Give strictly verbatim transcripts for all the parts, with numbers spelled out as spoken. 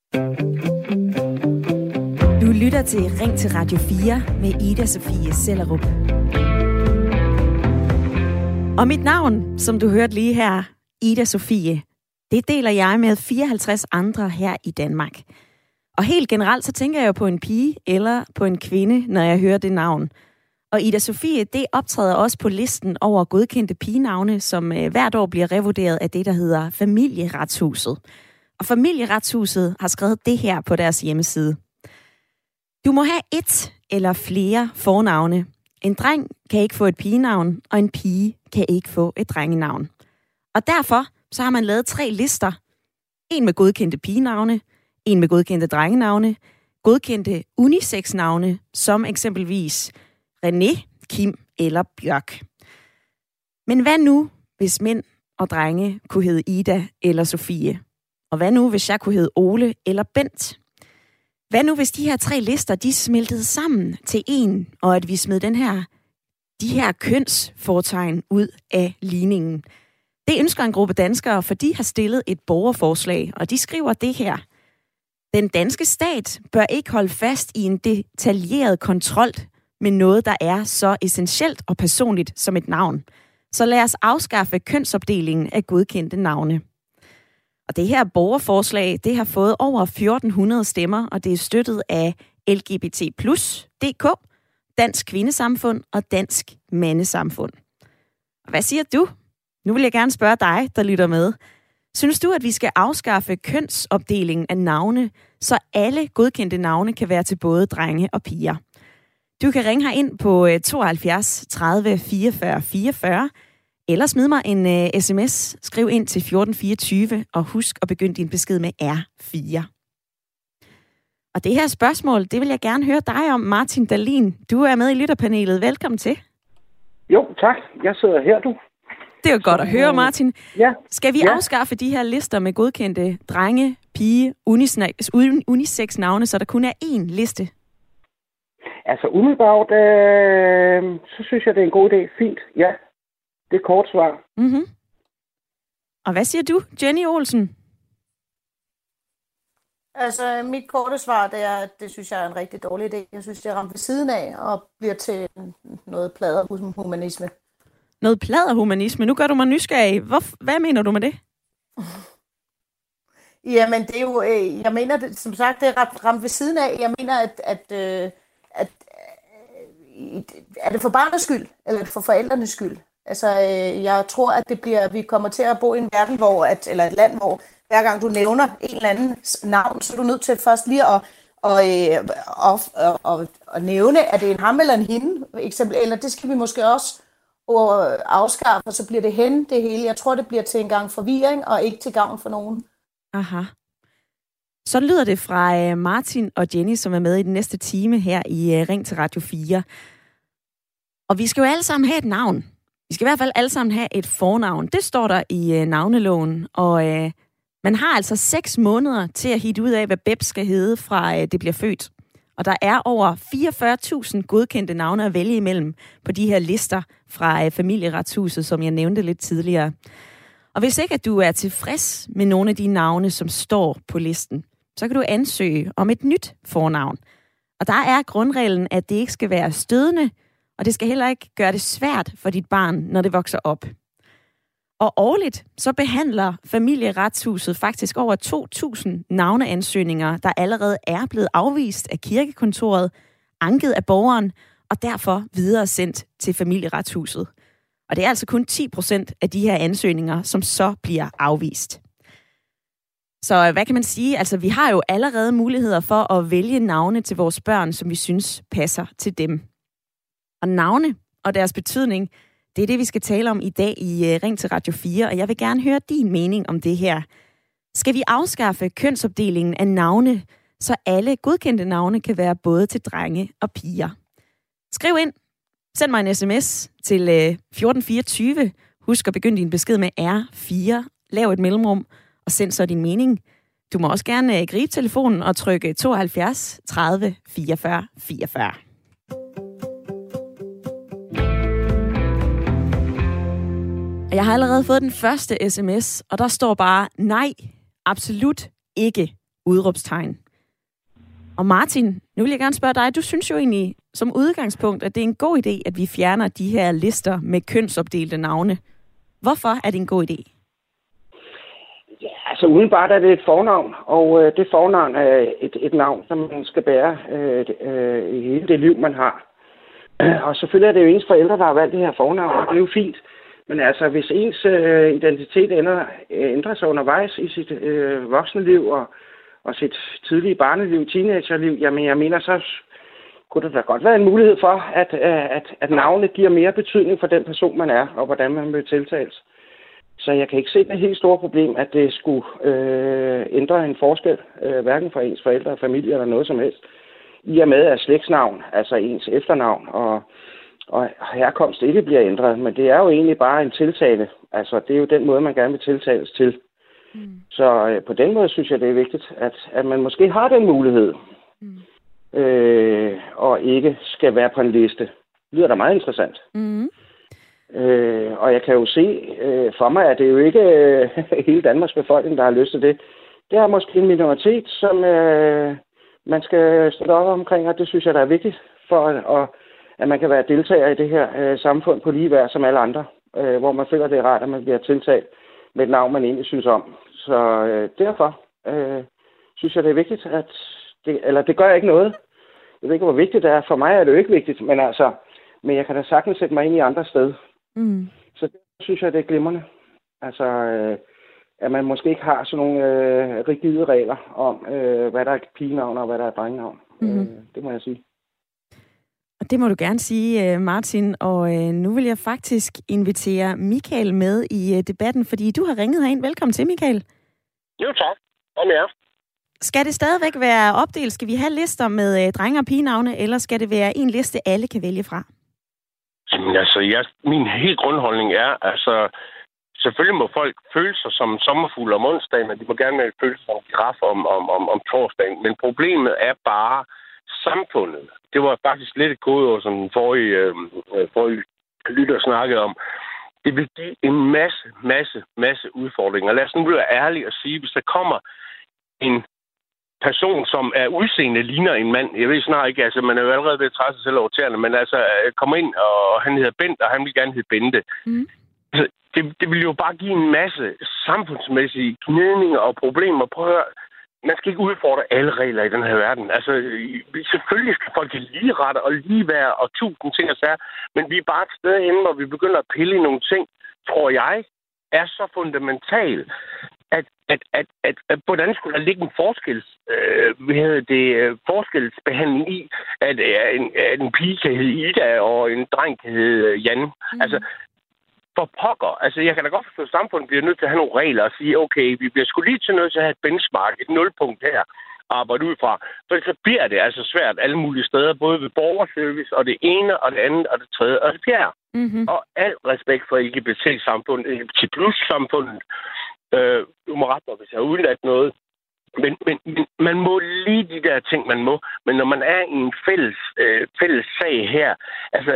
Du lytter til Ring til Radio fire med Ida Sofie Sellerup. Og mit navn, som du hørte lige her, Ida Sofie, det deler jeg med fireoghalvtreds andre her i Danmark. Og helt generelt, så tænker jeg jo på en pige eller på en kvinde, når jeg hører det navn. Og Ida Sofie, det optræder også på listen over godkendte pigenavne, som øh, hvert år bliver revurderet af det, der hedder Familieretshuset. Og Familieretshuset har skrevet det her på deres hjemmeside. Du må have et eller flere fornavne. En dreng kan ikke få et pigenavn, og en pige kan ikke få et drengenavn. Og derfor så har man lavet tre lister. En med godkendte pigenavne, en med godkendte drengenavne, godkendte unisex-navne, som eksempelvis René, Kim eller Bjørk. Men hvad nu, hvis mænd og drenge kunne hedde Ida eller Sofie? Og hvad nu, hvis jeg kunne hedde Ole eller Bent? Hvad nu, hvis de her tre lister, de smeltede sammen til en, og at vi smed den her, de her kønsfortegn ud af ligningen? Det ønsker en gruppe danskere, for de har stillet et borgerforslag, og de skriver det her. Den danske stat bør ikke holde fast i en detaljeret kontrol med noget, der er så essentielt og personligt som et navn. Så lad os afskaffe kønsopdelingen af godkendte navne. Og det her borgerforslag, det har fået over fjorten hundrede stemmer, og det er støttet af L G B T plus punktum d k, Dansk Kvindesamfund og Dansk Mandesamfund. Og hvad siger du? Nu vil jeg gerne spørge dig, der lytter med. Synes du, at vi skal afskaffe kønsopdelingen af navne, så alle godkendte navne kan være til både drenge og piger? Du kan ringe her ind på tooghalvfjerds tredive fireogfyrre fireogfyrre, eller smid mig en uh, sms. Skriv ind til fjorten fireogtyve, og husk at begynde din besked med R fire. Og det her spørgsmål, det vil jeg gerne høre dig om, Martin Dahlin. Du er med i lytterpanelet. Velkommen til. Jo, tak. Jeg sidder her, du. Det er jo godt at høre, Martin. Ja. Skal vi ja. afskaffe de her lister med godkendte drenge, pige, unisex-navne, så der kun er én liste? Altså umiddelbart, øh, så synes jeg, det er en god idé. Fint, ja. Det er kort svar. Mm-hmm. Og hvad siger du, Jenny Olsen? Altså, mit korte svar, det er, at det synes jeg er en rigtig dårlig idé. Jeg synes, det er ramt ved siden af og bliver til noget pladderhumanisme. Noget pladderhumanisme? Nu gør du mig nysgerrig. Hvor, hvad mener du med det? Jamen, det er jo, øh, jeg mener, det, som sagt, det er ramt ved siden af. Jeg mener, at, at, øh, at øh, er det for barnets skyld, eller er det for forældrenes skyld? Altså, øh, jeg tror, at det bliver, vi kommer til at bo i en verden, hvor, at, eller et land, hvor hver gang du nævner en eller anden navn, så er du nødt til først lige at, og, øh, og, og, og, og nævne, at det er en ham eller en hende, eksempel, eller det skal vi måske også afskaffe, og så bliver det hen, det hele. Jeg tror, det bliver til en gang forvirring, og ikke til gavn for nogen. Aha. Så lyder det fra Martin og Jenny, som er med i den næste time her i Ring til Radio fire. Og vi skal jo alle sammen have et navn. Vi skal i hvert fald alle sammen have et fornavn. Det står der i navneloven, og øh, man har altså seks måneder til at hitte ud af, hvad Beb skal hedde fra øh, det bliver født. Og der er over fireogfyrre tusind godkendte navne at vælge imellem på de her lister fra øh, Familieretshuset, som jeg nævnte lidt tidligere. Og hvis ikke at du er tilfreds med nogle af de navne, som står på listen, så kan du ansøge om et nyt fornavn. Og der er grundreglen, at det ikke skal være stødende, og det skal heller ikke gøre det svært for dit barn, når det vokser op. Og årligt så behandler Familieretshuset faktisk over to tusind navneansøgninger, der allerede er blevet afvist af kirkekontoret, anket af borgeren og derfor videre sendt til Familieretshuset. Og det er altså kun ti procent af de her ansøgninger, som så bliver afvist. Så hvad kan man sige? Altså, vi har jo allerede muligheder for at vælge navne til vores børn, som vi synes passer til dem. Og navne og deres betydning, det er det, vi skal tale om i dag i Ring til Radio fire, og jeg vil gerne høre din mening om det her. Skal vi afskaffe kønsopdelingen af navne, så alle godkendte navne kan være både til drenge og piger? Skriv ind. Send mig en sms til fjorten fireogtyve. Husk at begynde din besked med R fire. Lav et mellemrum og send så din mening. Du må også gerne gribe telefonen og trykke tooghalvfjerds tredive fireogfyrre fireogfyrre. Jeg har allerede fået den første sms, og der står bare, nej, absolut ikke. Udråbstegn. Og Martin, nu vil jeg gerne spørge dig, du synes jo egentlig som udgangspunkt, at det er en god idé, at vi fjerner de her lister med kønsopdelte navne. Hvorfor er det en god idé? Ja, altså udenbart er det et fornavn, og øh, det fornavn er et, et navn, som man skal bære øh, øh, i hele det liv, man har. Og selvfølgelig er det jo ens forældre, der har valgt det her fornavn, og det er jo fint. Men altså, hvis ens øh, identitet ændrer, øh, ændrer sig undervejs i sit øh, voksne liv og, og sit tidlige barneliv, teenagerliv, jamen jeg mener, så kunne det da godt være en mulighed for, at, at, at navnet giver mere betydning for den person, man er, og hvordan man vil tiltales. Så jeg kan ikke se det helt store problem, at det skulle øh, ændre en forskel, øh, hverken for ens forældre, familie eller noget som helst. I og med, at slægtsnavn, altså ens efternavn og, og herkomst ikke bliver ændret, men det er jo egentlig bare en tiltale. Altså, det er jo den måde, man gerne vil tiltales til. Mm. Så øh, på den måde synes jeg, det er vigtigt, at, at man måske har den mulighed, mm. øh, og ikke skal være på en liste. Det lyder da meget interessant. Mm. Øh, og jeg kan jo se øh, for mig, at det er jo ikke øh, hele Danmarks befolkning, der har lyst til det. Det er måske en minoritet, som øh, man skal stå op omkring, og det synes jeg, der er vigtigt, for at, at man kan være deltager i det her øh, samfund på lige værd som alle andre, øh, hvor man føler, det er rart, at man bliver tiltalt med et navn, man egentlig synes om. Så øh, derfor øh, synes jeg, det er vigtigt, at det, eller det gør ikke noget. Jeg ved ikke, hvor vigtigt det er. For mig er det jo ikke vigtigt, men altså, men jeg kan da sagtens sætte mig ind i andre steder. Mm. Så det synes jeg, det er glimrende. Altså, øh, at man måske ikke har sådan nogle øh, rigide regler om, øh, hvad der er pigenavn og hvad der er drengenavn. Mm. Øh, det må jeg sige. Og det må du gerne sige, Martin. Og øh, nu vil jeg faktisk invitere Michael med i øh, debatten, fordi du har ringet herind. Velkommen til, Michael. Jo, tak. Om jer. Skal det stadigvæk være opdelt? Skal vi have lister med øh, drenge- og pigenavne, eller skal det være en liste, alle kan vælge fra? Jamen, altså, jeg, min helt grundholdning er, altså, selvfølgelig må folk føle sig som sommerfugle om onsdagen, og de må gerne føle sig som giraf om, om, om, om torsdagen. Men problemet er bare samfundet. Det var faktisk lidt et kodeord, som den forrige, øh, forrige lytter snakkede om. Det vil give en masse, masse, masse udfordringer. Lad os nu være ærlige og sige, hvis der kommer en person, som er udseende, ligner en mand. Jeg ved snart ikke, altså man er jo allerede ved at træde sig selv over tæerne, men altså kommer ind, og han hedder Bent, og han vil gerne hedde Bente. Mm. Altså, det, det vil jo bare give en masse samfundsmæssige gnidninger og problemer. Prøv at høre, man skal ikke udfordre alle regler i den her verden. Altså, selvfølgelig skal folk have lige rette og lige være og tusind ting og sager, men vi er bare et sted henne, hvor vi begynder at pille i nogle ting, tror jeg, er så fundamentalt, at, at, at, at, at hvordan skulle der ligge en forskels, øh, hvad hedder det, forskelsbehandling i, at, at, en, at en pige kan hedde Ida, og en dreng kan hedde Jan. Mm. Altså, for pokker. Altså, jeg kan da godt forstå, at samfundet bliver nødt til at have nogle regler og sige, okay, vi bliver sgu lige til nødt til at have et benchmark, et nulpunkt her, at arbejde ud fra. For så bliver det altså svært alle mulige steder, både ved borgerservice, og det ene, og det andet, og det tredje, og det fjerde. Mm-hmm. Og al respekt for L G B T-samfundet, L G B T plus-samfundet. Øh, du må rette mig, hvis jeg har udladt noget. Men, men, men man må lige de der ting, man må. Men når man er i en fælles, øh, fælles sag her, altså,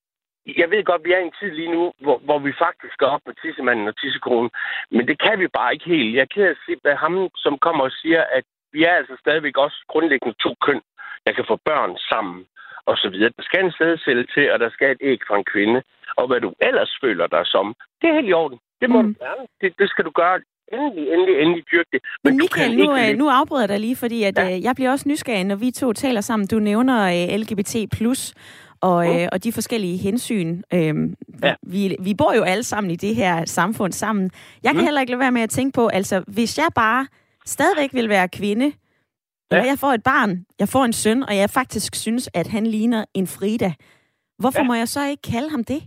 jeg ved godt, vi er i en tid lige nu, hvor, hvor vi faktisk skal op med tissemanden og tissekronen, men det kan vi bare ikke helt. Jeg er ked af at se at ham, som kommer og siger, at vi er altså stadigvæk også grundlæggende to køn, der kan få børn sammen, og så videre. Der skal en sædcelle til, og der skal et æg fra en kvinde. Og hvad du ellers føler dig som, det er helt i orden. Det må mm. du gerne. Det, det skal du gøre. Endelig, endelig, endelig dyrke det. Men, Men Michael, nu, ikke... nu afbryder jeg dig lige, fordi at, ja. øh, jeg bliver også nysgerrig, når vi to taler sammen. Du nævner øh, L G B T plus, og, øh, og de forskellige hensyn. Øh, ja. vi, vi bor jo alle sammen i det her samfund sammen. Jeg kan mm. heller ikke lade være med at tænke på, altså hvis jeg bare stadigvæk vil være kvinde, ja. eller jeg får et barn, jeg får en søn, og jeg faktisk synes, at han ligner en Frida, hvorfor ja. må jeg så ikke kalde ham det?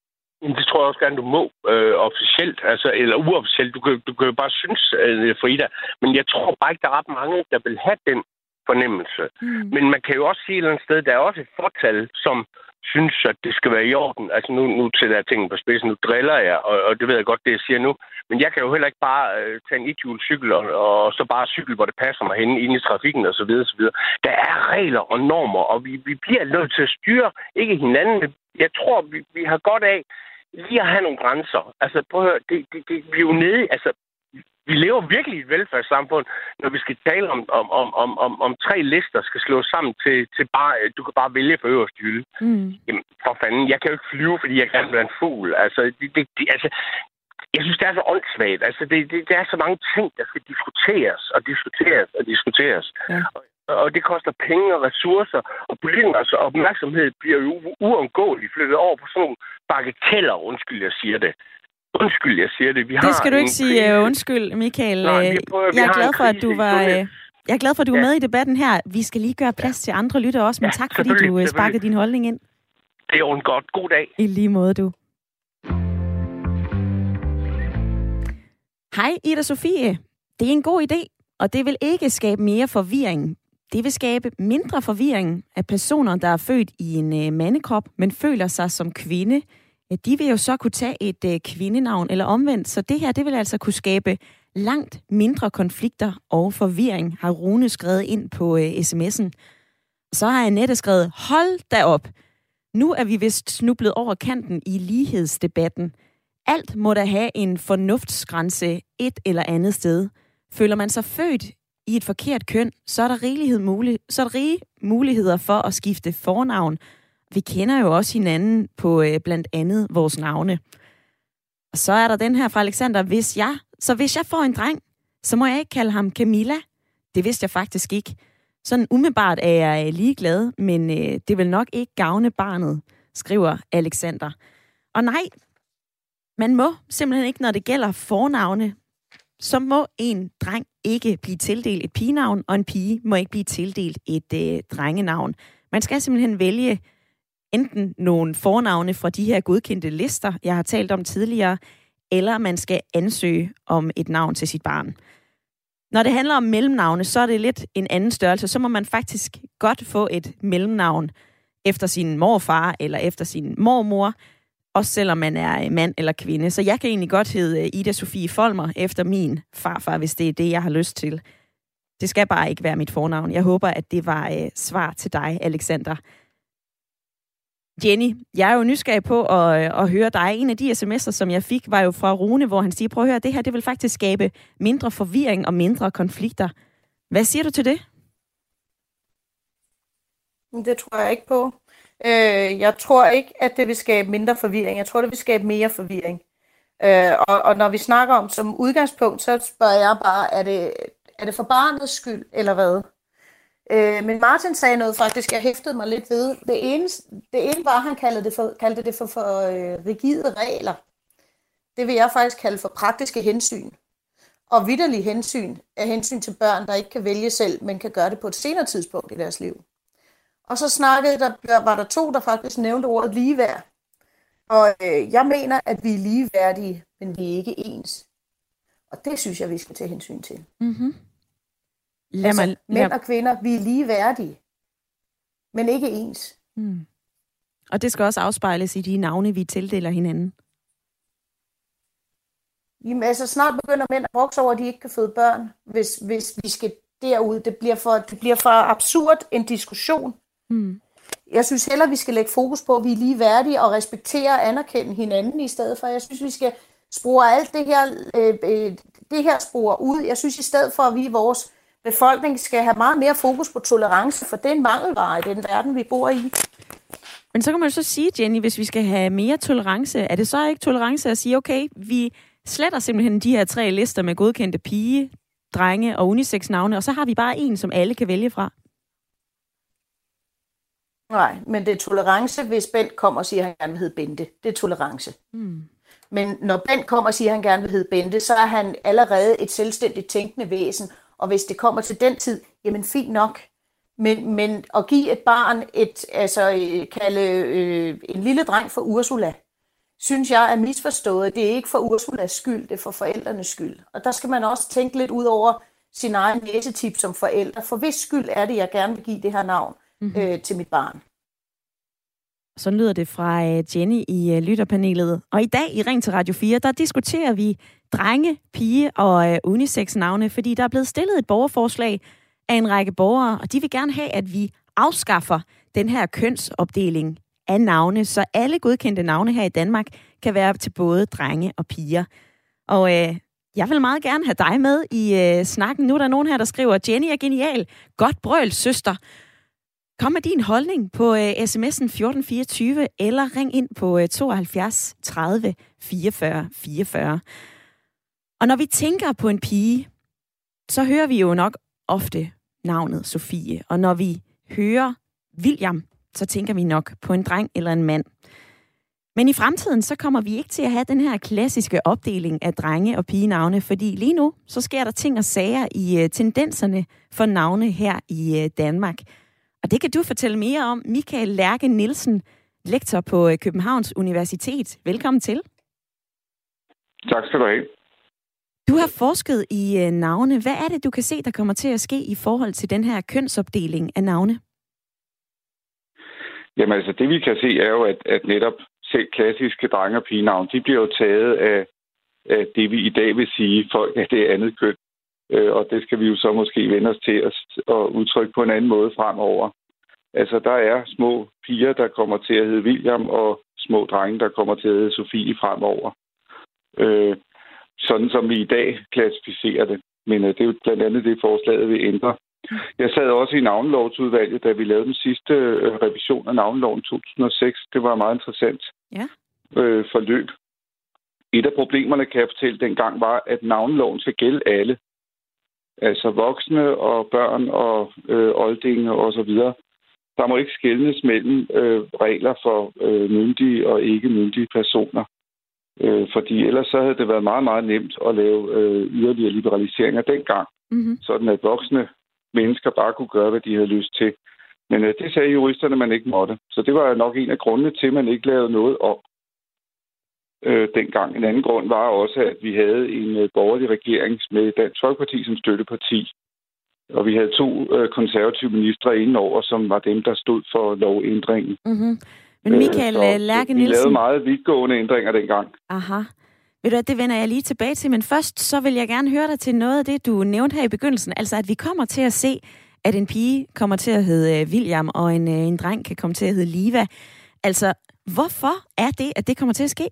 Det tror jeg også gerne, du må øh, officielt, altså, eller uofficielt. Du kan, du kan jo bare synes, øh, Frida. Men jeg tror bare ikke, der er ret mange, der vil have den fornemmelse. Mm. Men man kan jo også sige et eller andet sted, der er også et fortal, som synes, at det skal være i orden. Altså nu, nu sætter jeg tingene på spidsen, nu driller jeg, og, og det ved jeg godt, det jeg siger nu. Men jeg kan jo heller ikke bare øh, tage en ethjulet cykel, og, og så bare cykle, hvor det passer mig henne, inde i trafikken og så videre, så videre. Der er regler og normer, og vi, vi bliver nødt til at styre, ikke hinanden, men jeg tror, vi, vi har godt af lige at have nogle grænser. Altså, prøv at høre, det, det, det, vi er jo nede, altså, vi lever virkelig i et velfærdssamfund, når vi skal tale om, om, om, om, om, om tre lister skal slås sammen til, til bare, du kan bare vælge for øverste hylde. Mm. Jamen, for fanden, jeg kan jo ikke flyve, fordi jeg gerne vil være en fugl. Altså, det, det, det, altså, jeg synes, det er så åndssvagt. Altså, det, det, det er så mange ting, der skal diskuteres og diskuteres og diskuteres. Ja. Og, og det koster penge og ressourcer, og politikernes opmærksomhed bliver jo uundgåeligt flyttet over på sådan nogle bagateller, undskyld, jeg siger det. Undskyld, jeg siger det. Vi det skal du ikke sige krise. Undskyld, Michael. Nå, prøver, jeg er glad for, at du var... Jeg er glad for, at du ja. er med i debatten her. Vi skal lige gøre plads ja. til andre lyttere også, men ja, tak, fordi du sparkede din holdning ind. Det er jo en godt. God dag. I lige måde, du. Hej, Ida Sofie. Det er en god idé, og det vil ikke skabe mere forvirring. Det vil skabe mindre forvirring af personer, der er født i en uh, mandekrop, men føler sig som kvinde. De vil jo så kunne tage et uh, kvindenavn eller omvendt, så det her, det vil altså kunne skabe langt mindre konflikter og forvirring, har Rune skrevet ind på uh, sms'en. Så har Annette skrevet, hold da op. Nu er vi vist snublet over kanten i lighedsdebatten. Alt må da have en fornuftsgrænse et eller andet sted. Føler man sig født i et forkert køn, så er der rigelighed mulig, så er der rige muligheder for at skifte fornavn. Vi kender jo også hinanden på øh, blandt andet vores navne. Og så er der den her fra Alexander. Hvis jeg, så hvis jeg får en dreng, så må jeg ikke kalde ham Camilla. Det vidste jeg faktisk ikke. Sådan umiddelbart er jeg ligeglad, men øh, det vil nok ikke gavne barnet, skriver Alexander. Og nej, man må simpelthen ikke, når det gælder fornavne, så må en dreng ikke blive tildelt et pigenavn, og en pige må ikke blive tildelt et øh, drengenavn. Man skal simpelthen vælge enten nogle fornavne fra de her godkendte lister, jeg har talt om tidligere, eller man skal ansøge om et navn til sit barn. Når det handler om mellemnavne, så er det lidt en anden størrelse. Så må man faktisk godt få et mellemnavn efter sin morfar eller efter sin mormor, også selvom man er mand eller kvinde. Så jeg kan egentlig godt hedde Ida Sofie Folmer efter min farfar, hvis det er det, jeg har lyst til. Det skal bare ikke være mit fornavn. Jeg håber, at det var øh, svar til dig, Alexander. Jenny, jeg er jo nysgerrig på at, at høre dig. En af de sms'er, som jeg fik, var jo fra Rune, hvor han siger, prøv at høre, det her det vil faktisk skabe mindre forvirring og mindre konflikter. Hvad siger du til det? Det tror jeg ikke på. Øh, jeg tror ikke, at det vil skabe mindre forvirring. Jeg tror, det vil skabe mere forvirring. Øh, og, og når vi snakker om som udgangspunkt, så spørger jeg bare, er det, er det for barnets skyld, eller hvad? Øh, men Martin sagde noget faktisk, jeg hæftede mig lidt ved. Det ene, det ene var, at han kaldte det for, kaldte det for, for øh, rigide regler. Det vil jeg faktisk kalde for praktiske hensyn. Og vitterlige hensyn er hensyn til børn, der ikke kan vælge selv, men kan gøre det på et senere tidspunkt i deres liv. Og så snakkede der, var der to, der faktisk nævnte ordet ligeværd. Og øh, jeg mener, at vi er ligeværdige, men vi er ikke ens. Og det synes jeg, vi skal tage hensyn til. Mm-hmm. Lad altså, mig, lad... mænd og kvinder, vi er ligeværdige, men ikke ens. Mm. Og det skal også afspejles i de navne, vi tildeler hinanden. Jamen, altså snart begynder mænd at brokse over, at de ikke kan føde børn, hvis, hvis vi skal derud. Det bliver, for, det bliver for absurd en diskussion. Mm. Jeg synes heller, vi skal lægge fokus på, at vi er ligeværdige og respektere og anerkende hinanden i stedet for. Jeg synes, vi skal spore alt det her, øh, øh, det her spore ud. Jeg synes i stedet for, at vi i vores befolkning skal have meget mere fokus på tolerance, for det er en mangelvare i den verden, vi bor i. Men så kan man jo så sige, Jenny, hvis vi skal have mere tolerance, er det så ikke tolerance at sige, okay, vi sletter simpelthen de her tre lister med godkendte pige, drenge og unisex-navne, og så har vi bare en, som alle kan vælge fra? Nej, men det er tolerance, hvis Bent kommer og siger, at han gerne vil hedde Bente. Det er tolerance. Mm. Men når Bent kommer og siger, at han gerne vil hedde Bente, så er han allerede et selvstændigt tænkende væsen. Og hvis det kommer til den tid, jamen fint nok. Men, men at give et barn et, altså kalde øh, en lille dreng for Ursula, synes jeg er misforstået. Det er ikke for Ursulas skyld, det er for forældrenes skyld. Og der skal man også tænke lidt ud over sin egen næsetip som forældre. For hvis skyld er det, jeg gerne vil give det her navn mm-hmm. øh, til mit barn. Sådan lyder det fra Jenny i lytterpanelet. Og i dag i Ring til Radio fire, der diskuterer vi drenge, pige og unisex-navne, fordi der er blevet stillet et borgerforslag af en række borgere, og de vil gerne have, at vi afskaffer den her kønsopdeling af navne, så alle godkendte navne her i Danmark kan være til både drenge og piger. Og øh, Jeg vil meget gerne have dig med i øh, snakken. Nu er der nogen her, der skriver, Jenny er genial. Godt brøl, søster. Kom med din holdning på øh, sms'en fjorten fireogtyve, eller ring ind på øh, tooghalvfjerds tredive fireogfyrre fireogfyrre. Og når vi tænker på en pige, så hører vi jo nok ofte navnet Sofie. Og når vi hører William, så tænker vi nok på en dreng eller en mand. Men i fremtiden, så kommer vi ikke til at have den her klassiske opdeling af drenge- og pigenavne, fordi lige nu, så sker der ting og sager i uh, tendenserne for navne her i uh, Danmark. Og det kan du fortælle mere om, Michael Lærke Nielsen, lektor på uh, Københavns Universitet. Velkommen til. Tak skal du have. Du har forsket i uh, navne. Hvad er det, du kan se, der kommer til at ske i forhold til den her kønsopdeling af navne? Jamen altså, det vi kan se er jo, at, at netop selv klassiske drenge- og pigenavn, de bliver jo taget af, af det, vi i dag vil sige, folk af det andet køn. Øh, og det skal vi jo så måske vende os til at, at udtrykke på en anden måde fremover. Altså, der er små piger, der kommer til at hedde William, og små drenge, der kommer til at hedde Sofie fremover. Øh, sådan som vi i dag klassificerer det. Men øh, det er jo blandt andet det, forslaget vil ændre. Jeg sad også i navnelovsudvalget, da vi lavede den sidste øh, revision af navneloven to tusind og seks. Det var meget interessant ja. øh, forløb. Et af problemerne, kan jeg fortælle dengang, var, at navneloven skal gælde alle. Altså voksne og børn og øh, oldinge og så videre. Der må ikke skelnes mellem øh, regler for øh, myndige og ikke myndige personer. Øh, fordi ellers så havde det været meget, meget nemt at lave øh, yderligere liberaliseringer dengang. Mm-hmm. Sådan at voksne mennesker bare kunne gøre, hvad de havde lyst til. Men øh, det sagde juristerne, man ikke måtte. Så det var nok en af grundene til, at man ikke lavede noget om øh, dengang. En anden grund var også, at vi havde en øh, borgerlig regering med Dansk Folkeparti som støtteparti. Og vi havde to øh, konservative ministre indenover, som var dem, der stod for lovændringen. Mm-hmm. Men Michael øh, Lærke Nielsen... Vi lavede meget vidtgående ændringer dengang. Aha. Ved du hvad, det vender jeg lige tilbage til, men først så vil jeg gerne høre dig til noget af det, du nævnte her i begyndelsen. Altså, at vi kommer til at se, at en pige kommer til at hedde William, og en, en dreng kan komme til at hedde Liva. Altså, hvorfor er det, at det kommer til at ske?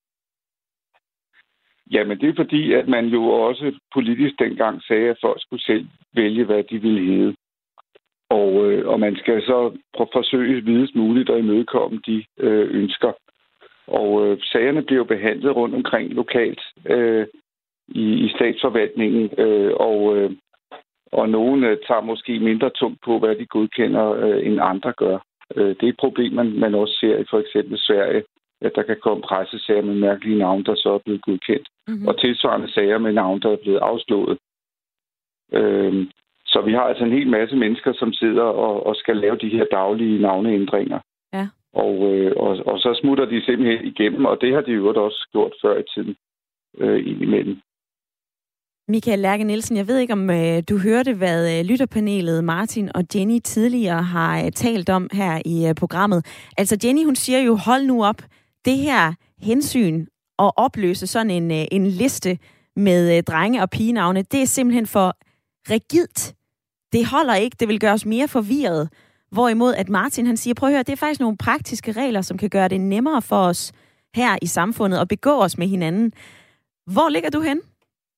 Jamen, det er fordi, at man jo også politisk dengang sagde, at folk skulle selv vælge, hvad de ville hedde. Og, øh, og man skal så forsøge videst muligt at imødekomme de øh, ønsker. Og øh, sagerne bliver behandlet rundt omkring lokalt øh, i, i statsforvaltningen, øh, og, øh, og nogen øh, tager måske mindre tungt på, hvad de godkender, øh, end andre gør. Øh, det er et problem, man, man også ser i for eksempel Sverige, at der kan komme pressesager med mærkelige navne, der så er blevet godkendt. Mm-hmm. Og tilsvarende sager med navne, der er blevet afslået. Øh, så vi har altså en hel masse mennesker, som sidder og, og skal lave de her daglige navneændringer. Ja. Og, øh, og, og så smutter de simpelthen igennem, og det har de jo også gjort før i tiden øh, indimellem. Michael Lærke Nielsen, jeg ved ikke, om øh, du hørte, hvad øh, lytterpanelet Martin og Jenny tidligere har øh, talt om her i øh, programmet. Altså Jenny, hun siger jo, hold nu op, det her hensyn at opløse sådan en, øh, en liste med øh, drenge- og pigenavne, det er simpelthen for rigidt. Det holder ikke, det vil gøre os mere forvirret. Hvorimod at Martin, han siger, prøv at høre, det er faktisk nogle praktiske regler, som kan gøre det nemmere for os her i samfundet at begå os med hinanden. Hvor ligger du hen?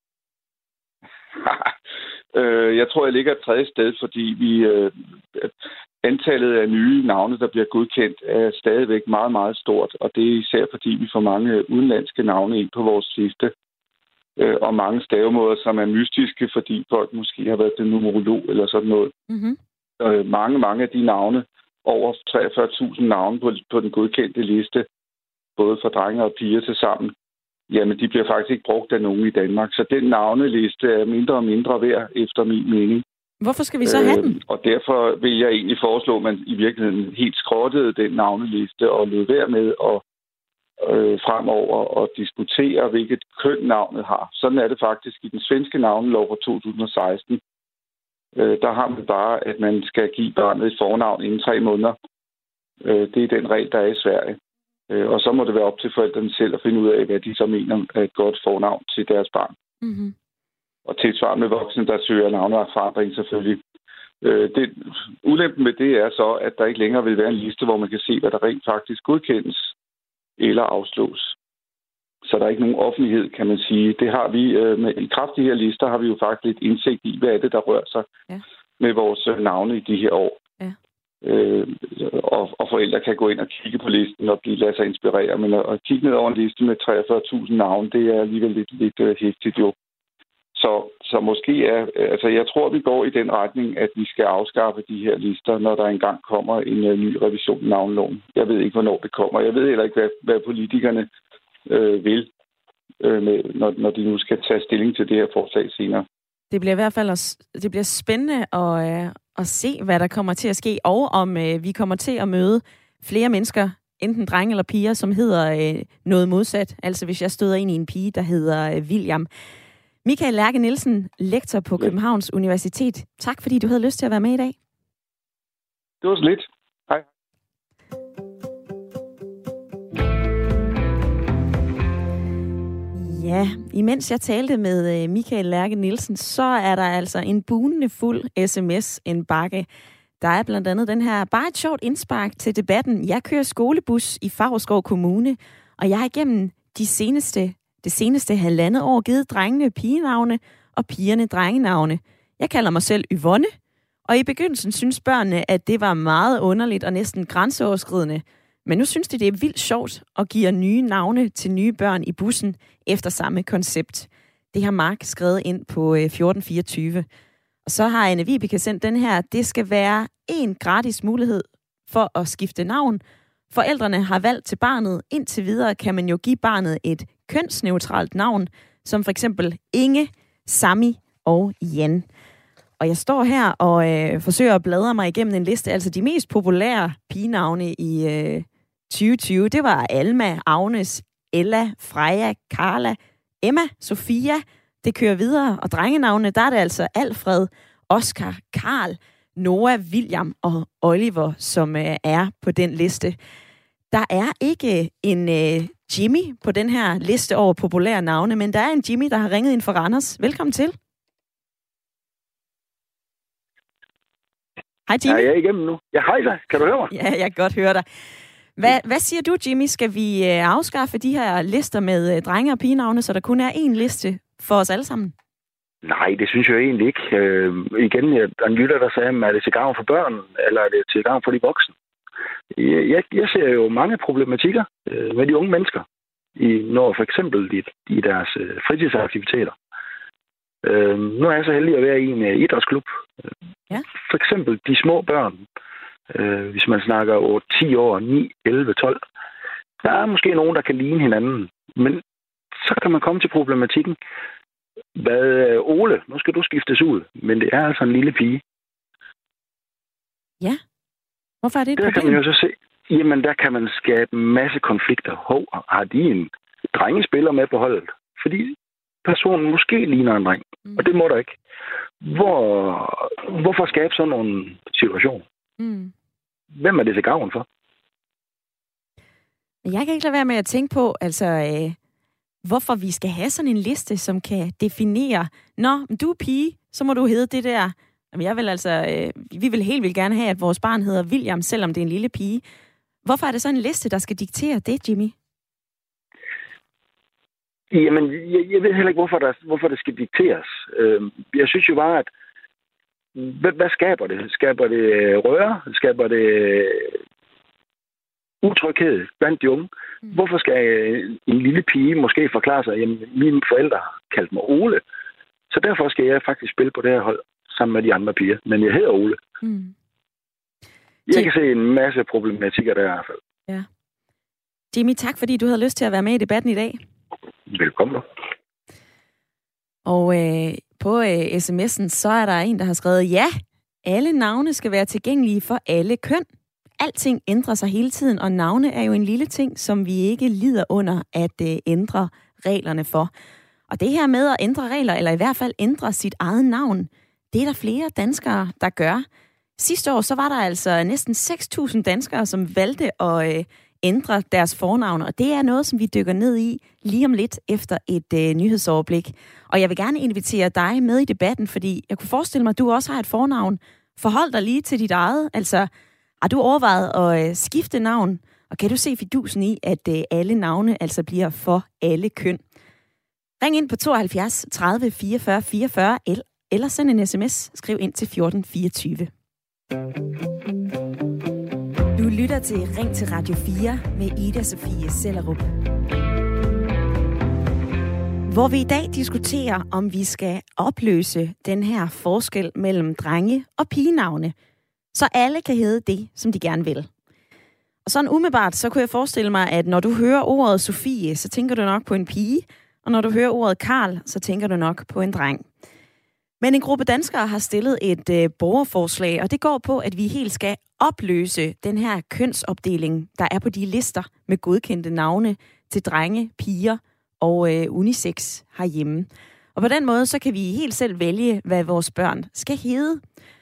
Jeg tror, jeg ligger et tredje sted, fordi vi øh, antallet af nye navne, der bliver godkendt, er stadigvæk meget, meget stort. Og det er især, fordi vi får mange udenlandske navne ind på vores liste. Øh, og mange stavemåder, som er mystiske, fordi folk måske har været til numerolog eller sådan noget. Mm-hmm. Øh, mange, mange af de navne, over treogfyrre tusind navne på, på den godkendte liste, både for drenge og piger til sammen, jamen de bliver faktisk ikke brugt af nogen i Danmark. Så den navneliste er mindre og mindre værd, efter min mening. Hvorfor skal vi så have den? Øh, og derfor vil jeg egentlig foreslå, at man i virkeligheden helt skrottede den navneliste og lød være med at øh, fremover og diskutere, hvilket køn navnet har. Sådan er det faktisk i den svenske navnelov fra to tusind og seksten. Øh, der har man bare, at man skal give barnet et fornavn inden tre måneder. Øh, det er den regel, der er i Sverige. Øh, og så må det være op til forældrene selv at finde ud af, hvad de så mener er et godt fornavn til deres barn. Mm-hmm. Og tilsvarende med voksne, der søger navneforandring selvfølgelig. Øh, det, ulempen med det er så, at der ikke længere vil være en liste, hvor man kan se, hvad der rent faktisk godkendes eller afslås. Så der er ikke nogen offentlighed, kan man sige. Det har vi, øh, med, i kraft af de her lister, har vi jo faktisk lidt indsigt i, hvad er det, der rører sig ja. med vores navne i de her år. Ja. Øh, og, og forældre kan gå ind og kigge på listen og blive ladet sig inspirere. Men at, at kigge ned over en liste med treogfyrre tusind navne, det er alligevel lidt, lidt uh, hæftigt jo. Så, så måske er, altså jeg tror, vi går i den retning, at vi skal afskaffe de her lister, når der engang kommer en uh, ny revision af navneloven. Jeg ved ikke, hvornår det kommer. Jeg ved heller ikke, hvad, hvad politikerne øh, vil, øh, med, når, når de nu skal tage stilling til det her forslag senere. Det bliver i hvert fald også, det bliver spændende at, øh, at se, hvad der kommer til at ske, og om øh, vi kommer til at møde flere mennesker, enten drenge eller piger, som hedder øh, noget modsat. Altså hvis jeg støder ind i en pige, der hedder øh, William. Michael Lærke Nielsen, lektor på Københavns Universitet. Tak fordi du havde lyst til at være med i dag. Det var så lidt. Hej. Ja, imens jeg talte med Michael Lærke Nielsen, så er der altså en bunende fuld sms-indbakke. Der er blandt andet den her, bare et sjovt indspark til debatten. Jeg kører skolebus i Favrskov Kommune, og jeg har igennem de seneste, det seneste halvandet år givet drengene pigenavne og pigerne drengenavne. Jeg kalder mig selv Yvonne, og i begyndelsen synes børnene, at det var meget underligt og næsten grænseoverskridende. Men nu synes de, det er vildt sjovt og giver nye navne til nye børn i bussen efter samme koncept. Det har Mark skrevet ind på fjorten fireogtyve. Og så har Anne Vibeke sendt den her. Det skal være en gratis mulighed for at skifte navn. Forældrene har valgt til barnet. Indtil videre kan man jo give barnet et kønsneutralt navn, som for eksempel Inge, Sami og Jan. Og jeg står her og øh, forsøger at bladre mig igennem en liste. Altså de mest populære pigenavne i øh, tyve tyve, det var Alma, Agnes, Ella, Freja, Carla, Emma, Sofia. Det kører videre. Og drengenavne, der er det altså Alfred, Oscar, Karl, Noah, William og Oliver, som øh, er på den liste. Der er ikke en øh, Jimmy på den her liste over populære navne, men der er en Jimmy, der har ringet ind for Randers. Velkommen til. Hej, Jimmy. Ja, jeg er igennem nu. Ja, hej da. Kan du høre mig? Ja, jeg kan godt høre dig. Hvad, hvad siger du, Jimmy? Skal vi øh, afskaffe de her lister med øh, drenge- og pigenavne, så der kun er én liste for os alle sammen? Nej, det synes jeg egentlig ikke. Øh, igen, der er en lytter, der sagde, er det til gavn for børn, eller er det til gavn for de voksne? Jeg, jeg ser jo mange problematikker øh, med de unge mennesker, i, når for eksempel i, i deres øh, fritidsaktiviteter. Øh, nu er jeg så heldig at være i en uh, idrætsklub. Ja. For eksempel de små børn, øh, hvis man snakker otte, ti år, ni, elleve, tolv. Der er måske nogen, der kan ligne hinanden. Men så kan man komme til problematikken. Hvad, Ole, nu skal du skiftes ud. Men det er altså en lille pige. Ja. Hvorfor er det et der problem? Kan man jo så se, jamen der kan man skabe en masse konflikter. Hov, har de en drengespiller med på holdet? Fordi personen måske ligner en dreng, mm. og det må der ikke. Hvor, hvorfor skabe sådan nogle situationer? Mm. Hvem er det til gavn for? Jeg kan ikke lade være med at tænke på, altså, øh, hvorfor vi skal have sådan en liste, som kan definere, nå, du er pige, så må du hedde det der. Jamen, jeg vil altså, øh, vi vil helt vildt gerne have, at vores barn hedder William, selvom det er en lille pige. Hvorfor er det så en liste, der skal diktere det, Jimmy? Jamen, jeg, jeg ved heller ikke, hvorfor, der, hvorfor det skal dikteres. Øh, jeg synes jo bare, at hvad, hvad skaber det? Skaber det røre? Skaber det utryghed blandt de unge? Mm. Hvorfor skal en lille pige måske forklare sig, at mine forældre kaldte mig Ole, så derfor skal jeg faktisk spille på det her hold sammen med de andre piger. Men jeg hedder Ole. Mm. Jeg kan se en masse problematikker der i hvert fald. Ja. Jimmy, tak fordi du havde lyst til at være med i debatten i dag. Velkommen. Og øh, på øh, sms'en, så er der en, der har skrevet, ja, alle navne skal være tilgængelige for alle køn. Alting ændrer sig hele tiden, og navne er jo en lille ting, som vi ikke lider under at øh, ændre reglerne for. Og det her med at ændre regler, eller i hvert fald ændre sit eget navn, det er der flere danskere, der gør. Sidste år, så var der altså næsten seks tusind danskere, som valgte at øh, ændre deres fornavn, og det er noget, som vi dykker ned i lige om lidt efter et øh, nyhedsoverblik. Og jeg vil gerne invitere dig med i debatten, fordi jeg kunne forestille mig, at du også har et fornavn. Forhold dig lige til dit eget. Altså, har du overvejet at øh, skifte navn? Og kan du se fidusen i, at øh, alle navne altså bliver for alle køn? Ring ind på tooghalvfjerds tredive fireogfyrre fireogfyrre eller, eller send en sms. Skriv ind til fjorten fireogtyve. Du lytter til Ring til Radio fire med Ida Sofie Sellerup. Hvor vi i dag diskuterer, om vi skal opløse den her forskel mellem drenge- og pigenavne, så alle kan hedde det, som de gerne vil. Og sådan umiddelbart, så kunne jeg forestille mig, at når du hører ordet Sofie, så tænker du nok på en pige, og når du hører ordet Karl, så tænker du nok på en dreng. Men en gruppe danskere har stillet et øh, borgerforslag, og det går på, at vi helt skal opløse den her kønsopdeling, der er på de lister med godkendte navne til drenge, piger og øh, unisex herhjemme. Og på den måde, så kan vi helt selv vælge, hvad vores børn skal hedde.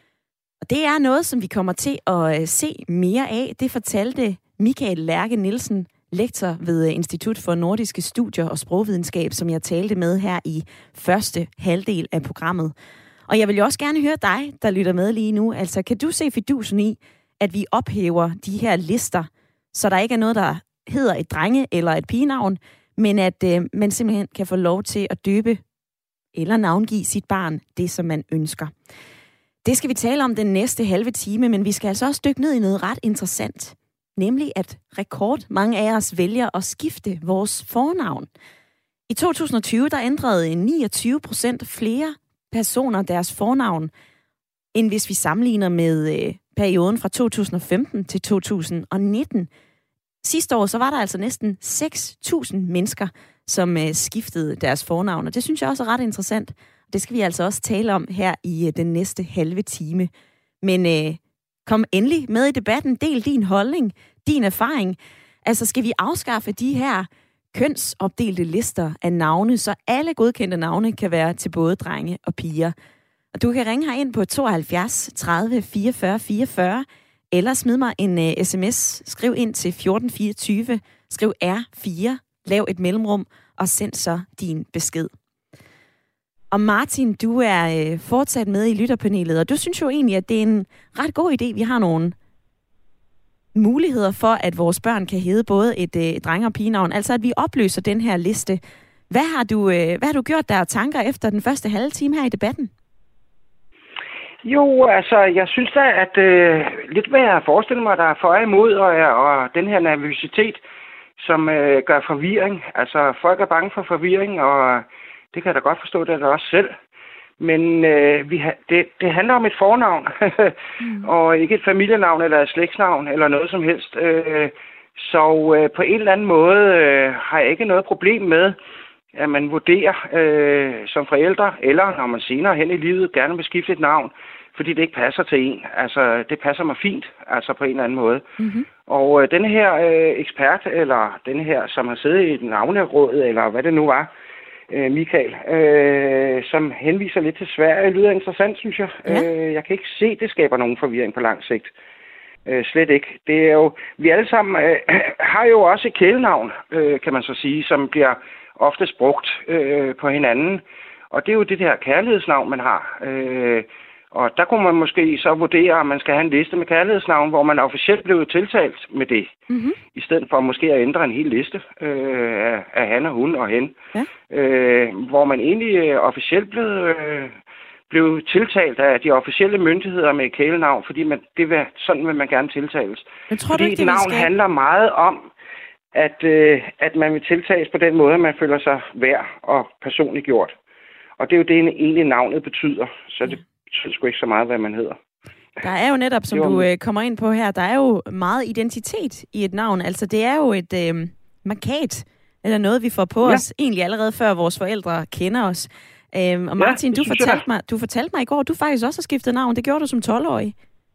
Og det er noget, som vi kommer til at øh, se mere af. Det fortalte Michael Lærke Nielsen, lektor ved Institut for Nordiske Studier og Sprogvidenskab, som jeg talte med her i første halvdel af programmet. Og jeg vil jo også gerne høre dig, der lytter med lige nu. Altså, kan du se fidusen i, at vi ophæver de her lister, så der ikke er noget, der hedder et drenge- eller et pigenavn, men at øh, man simpelthen kan få lov til at døbe eller navngive sit barn det, som man ønsker. Det skal vi tale om den næste halve time, men vi skal altså også dykke ned i noget ret interessant. Nemlig at rekord mange af os vælger at skifte vores fornavn. I to tusind og tyve der ændrede niogtyve procent flere personer deres fornavn, end hvis vi sammenligner med øh, perioden fra to tusind og femten til to tusind og nitten. Sidste år så var der altså næsten seks tusind mennesker, som øh, skiftede deres fornavn, og det synes jeg også er ret interessant. Det skal vi altså også tale om her i øh, den næste halve time. Men øh, kom endelig med i debatten, del din holdning, din erfaring. Altså skal vi afskaffe de her kønsopdelte lister af navne, så alle godkendte navne kan være til både drenge og piger. Og du kan ringe her ind på tooghalvfjerds tredive fireogfyrre fireogfyrre, eller smid mig en uh, sms. Skriv ind til fjorten fireogtyve, skriv R fire, lav et mellemrum, og send så din besked. Og Martin, du er øh, fortsat med i lytterpanelet, og du synes jo egentlig, at det er en ret god idé. Vi har nogle muligheder for, at vores børn kan hedde både et, øh, et drenge- og pigenavn. Altså, at vi opløser den her liste. Hvad har du, øh, hvad har du gjort der tanker efter den første halve time her i debatten? Jo, altså, jeg synes da, at øh, lidt hvad jeg forestiller mig, der er for imod, og, og den her nervøsitet, som øh, gør forvirring. Altså, folk er bange for forvirring, og det kan jeg da godt forstå, det er der også selv. Men øh, vi ha- det, det handler om et fornavn, mm. og ikke et familienavn eller et slægtsnavn eller noget som helst. Øh, så øh, på en eller anden måde øh, har jeg ikke noget problem med, at man vurderer øh, som forældre, eller når man senere hen i livet gerne vil skifte et navn, fordi det ikke passer til en. Altså, det passer mig fint, altså på en eller anden måde. Mm-hmm. Og øh, denne her øh, ekspert, eller denne her, som har siddet i et navneråd, eller hvad det nu var, øh, Michael, øh, som henviser lidt til Sverige, lyder interessant, synes jeg. Ja. Øh, jeg kan ikke se, det skaber nogen forvirring på lang sigt. Øh, slet ikke. Det er jo, vi alle sammen øh, har jo også et kælenavn, øh, kan man så sige, som bliver oftest brugt øh, på hinanden. Og det er jo det der kærlighedsnavn, man har. Øh, og der kunne man måske så vurdere, om man skal have en liste med kærlighedsnavn, hvor man officielt blev tiltalt med det. Mm-hmm. I stedet for måske at ændre en hel liste øh, af, af han og hun og hen. Ja. Øh, hvor man egentlig øh, officielt blev, øh, blev tiltalt af de officielle myndigheder med et kælenavn, fordi man, det vil, sådan vil man gerne tiltales. Men tror fordi du ikke, et navn skal... handler meget om, at, øh, at man vil tiltages på den måde, man føler sig værd og personligt gjort. Og det er jo det, egentlig navnet betyder. Så det betyder sgu ikke så meget, hvad man hedder. Der er jo netop, som du øh, kommer ind på her, der er jo meget identitet i et navn. Altså det er jo et øh, markat, eller noget, vi får på ja. os, egentlig allerede før vores forældre kender os. Øhm, og Martin, ja, du, fortalte mig, du fortalte mig i går, du faktisk også har skiftet navn. Det gjorde du som tolv-årig.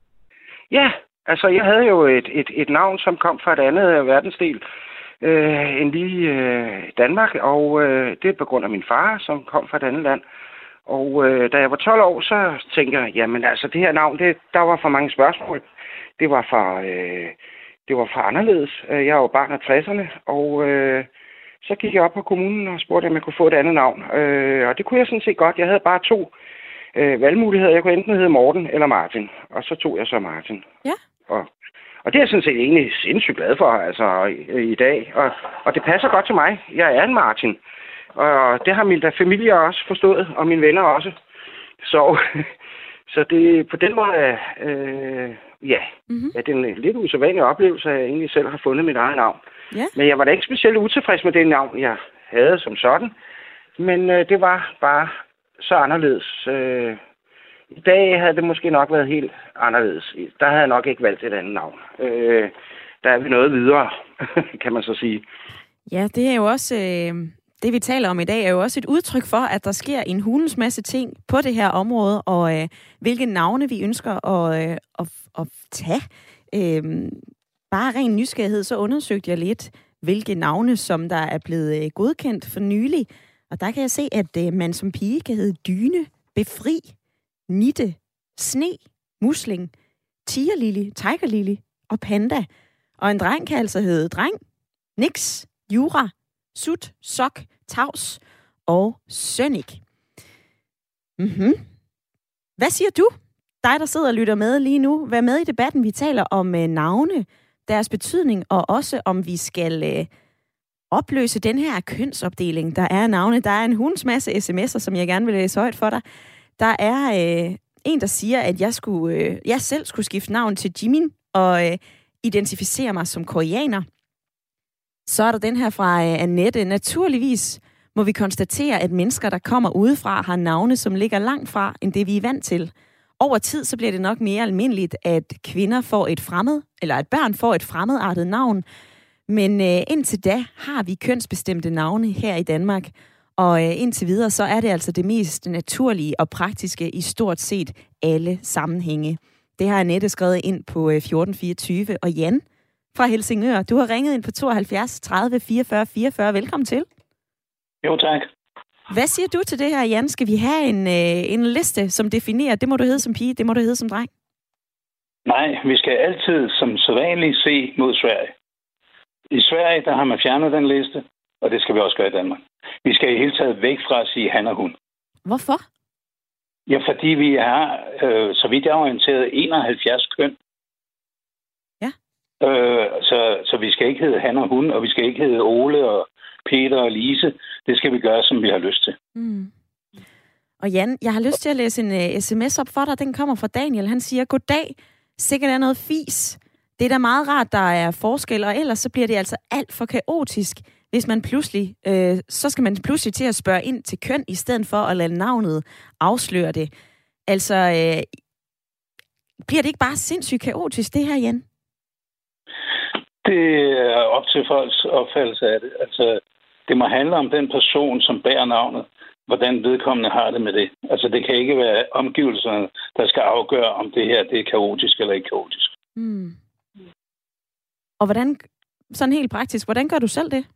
Ja, altså jeg havde jo et, et, et navn, som kom fra et andet verdensdel øh, end lige øh, Danmark. Og øh, det er på grund af min far, som kom fra et andet land. Og øh, da jeg var tolv år, så tænkte jeg, jamen altså det her navn, det, der var for mange spørgsmål. Det var for, øh, det var for anderledes. Jeg var barn af tresserne, og øh, så gik jeg op på kommunen og spurgte, om jeg kunne få et andet navn. Øh, og det kunne jeg sådan set godt. Jeg havde bare to øh, valgmuligheder. Jeg kunne enten hedde Morten eller Martin, og så tog jeg så Martin. Ja. og, og det er jeg sådan set egentlig sindssygt glad for altså, i, i dag. Og, og det passer godt til mig. Jeg er en Martin. Og det har min familie også forstået, og mine venner også. Så, så det på den måde, øh, ja, mm-hmm. ja, det er en lidt usædvanlig oplevelse, at jeg egentlig selv har fundet mit eget navn. Yeah. Men jeg var da ikke specielt utilfreds med det navn, jeg havde som sådan. Men øh, det var bare så anderledes. Øh, I dag havde det måske nok været helt anderledes. Der havde jeg nok ikke valgt et andet navn. Øh, der er vi noget videre, kan man så sige. Ja, det er jo også... Øh... Det, vi taler om i dag, er jo også et udtryk for, at der sker en hulens masse ting på det her område, og øh, hvilke navne vi ønsker at, øh, at, at tage. Øh, bare ren nysgerrighed, så undersøgte jeg lidt, hvilke navne, som der er blevet øh, godkendt for nylig. Og der kan jeg se, at øh, man som pige kan hedde Dyne, Befri, Nitte, Sne, Musling, Tigerlili, Tigerlili og Panda. Og en dreng kan altså hedde Dreng, Nix, Jura, Sut, Sok, Tavs og Sønnik. Mm-hmm. Hvad siger du? Dig, der sidder og lytter med lige nu. Vær med i debatten. Vi taler om øh, navne, deres betydning, og også om vi skal øh, opløse den her kønsopdeling. Der er navne. Der er en hunds masse sms'er, som jeg gerne vil læse højt for dig. Der er øh, en, der siger, at jeg, skulle, øh, jeg selv skulle skifte navn til Jimin og øh, identificere mig som koreaner. Så er der den her fra Annette. Naturligvis må vi konstatere, at mennesker, der kommer udefra, har navne, som ligger langt fra, end det vi er vant til. Over tid, så bliver det nok mere almindeligt, at kvinder får et fremmed, eller at børn får et fremmedartet navn. Men øh, indtil da har vi kønsbestemte navne her i Danmark. Og øh, indtil videre, så er det altså det mest naturlige og praktiske i stort set alle sammenhænge. Det har Annette skrevet ind på øh, fjorten fireogtyve. Og Jan fra Helsingør, du har ringet ind på tooghalvfjerds tredive fireogfyrre fireogfyrre. Velkommen til. Jo, tak. Hvad siger du til det her, Jan? Skal vi have en, øh, en liste, som definerer, det må du hedde som pige, det må du hedde som dreng? Nej, vi skal altid som sædvanligt se mod Sverige. I Sverige, der har man fjernet den liste, og det skal vi også gøre i Danmark. Vi skal i hele taget væk fra at sige han og hun. Hvorfor? Ja, fordi vi er, øh, så vidt jeg er orienteret, enoghalvfjerds køn. Ja. Øh, så, så vi skal ikke hedde han og hun, og vi skal ikke hedde Ole og Peter og Lise. Det skal vi gøre, som vi har lyst til. Mm. Og Jan, jeg har lyst til at læse en uh, sms op for dig. Den kommer fra Daniel. Han siger, goddag, sikkert er noget fis. Det er da meget rart, der er forskel, og ellers så bliver det altså alt for kaotisk, hvis man pludselig, øh, så skal man pludselig til at spørge ind til køn, i stedet for at lade navnet afsløre det. Altså, øh, bliver det ikke bare sindssygt kaotisk, det her, Jan? Det er op til folks opfattelse af det. Altså, det må handle om den person, som bærer navnet, hvordan vedkommende har det med det. Altså, det kan ikke være omgivelserne, der skal afgøre, om det her det er kaotisk eller ikke kaotisk. Mm. Og hvordan, sådan helt praktisk, hvordan gør du selv det?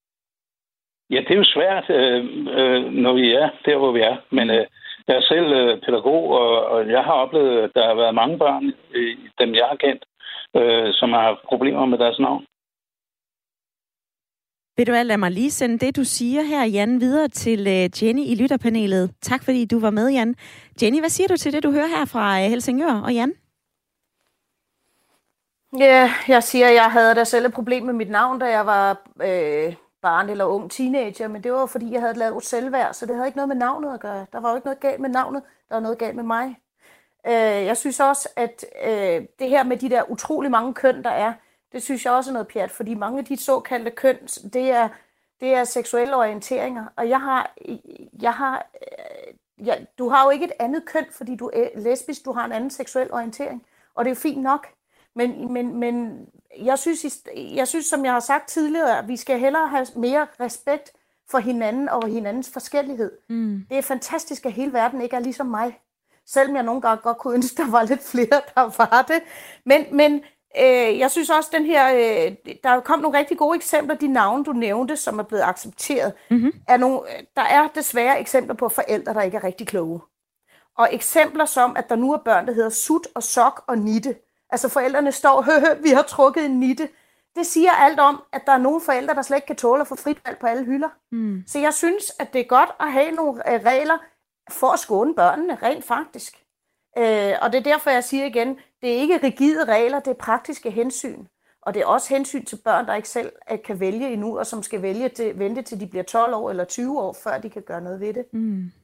Ja, det er jo svært, øh, øh, når vi er der, hvor vi er. Men øh, jeg er selv øh, pædagog, og, og jeg har oplevet, at der har været mange børn, øh, dem jeg har kendt, øh, som har haft problemer med deres navn. Vil du lade mig lige sende det, du siger her, Jan, videre til uh, Jenny i lytterpanelet. Tak fordi du var med, Jan. Jenny, hvad siger du til det, du hører her fra uh, Helsingør og Jan? Ja, jeg siger, at jeg havde da selv et problem med mit navn, da jeg var øh, barn eller ung teenager, men det var fordi, jeg havde lavet selvværd, så det havde ikke noget med navnet at gøre. Der var jo ikke noget galt med navnet, der var noget galt med mig. Øh, jeg synes også, at øh, det her med de der utrolig mange køn, der er, det synes jeg også er noget pjat, fordi mange af de såkaldte køn, det er, det er seksuelle orienteringer, og jeg har, jeg har, jeg, du har jo ikke et andet køn, fordi du er lesbisk, du har en anden seksuel orientering, og det er jo fint nok. Men, men, men jeg, synes, jeg synes, som jeg har sagt tidligere, at vi skal hellere have mere respekt for hinanden og hinandens forskellighed. Mm. Det er fantastisk, at hele verden ikke er ligesom mig. Selvom jeg nogle gange godt kunne ønske, at der var lidt flere, der var det. Men, men øh, jeg synes også, den her, øh, der kom nogle rigtig gode eksempler, de navne, du nævnte, som er blevet accepteret. Mm-hmm. Er nogle, der er desværre eksempler på forældre, der ikke er rigtig kloge. Og eksempler som, at der nu er børn, der hedder Sut og Sok og Nitte. Altså forældrene står, hø, hø, vi har trukket en nitte. Det siger alt om, at der er nogle forældre, der slet ikke kan tåle at få frit valg på alle hylder. Mm. Så jeg synes, at det er godt at have nogle regler for at skåne børnene, rent faktisk. Øh, og det er derfor, jeg siger igen, det er ikke rigide regler, det er praktiske hensyn. Og det er også hensyn til børn, der ikke selv kan vælge endnu, og som skal vælge til, vente til de bliver tolv år eller tyve år, før de kan gøre noget ved det. Mm.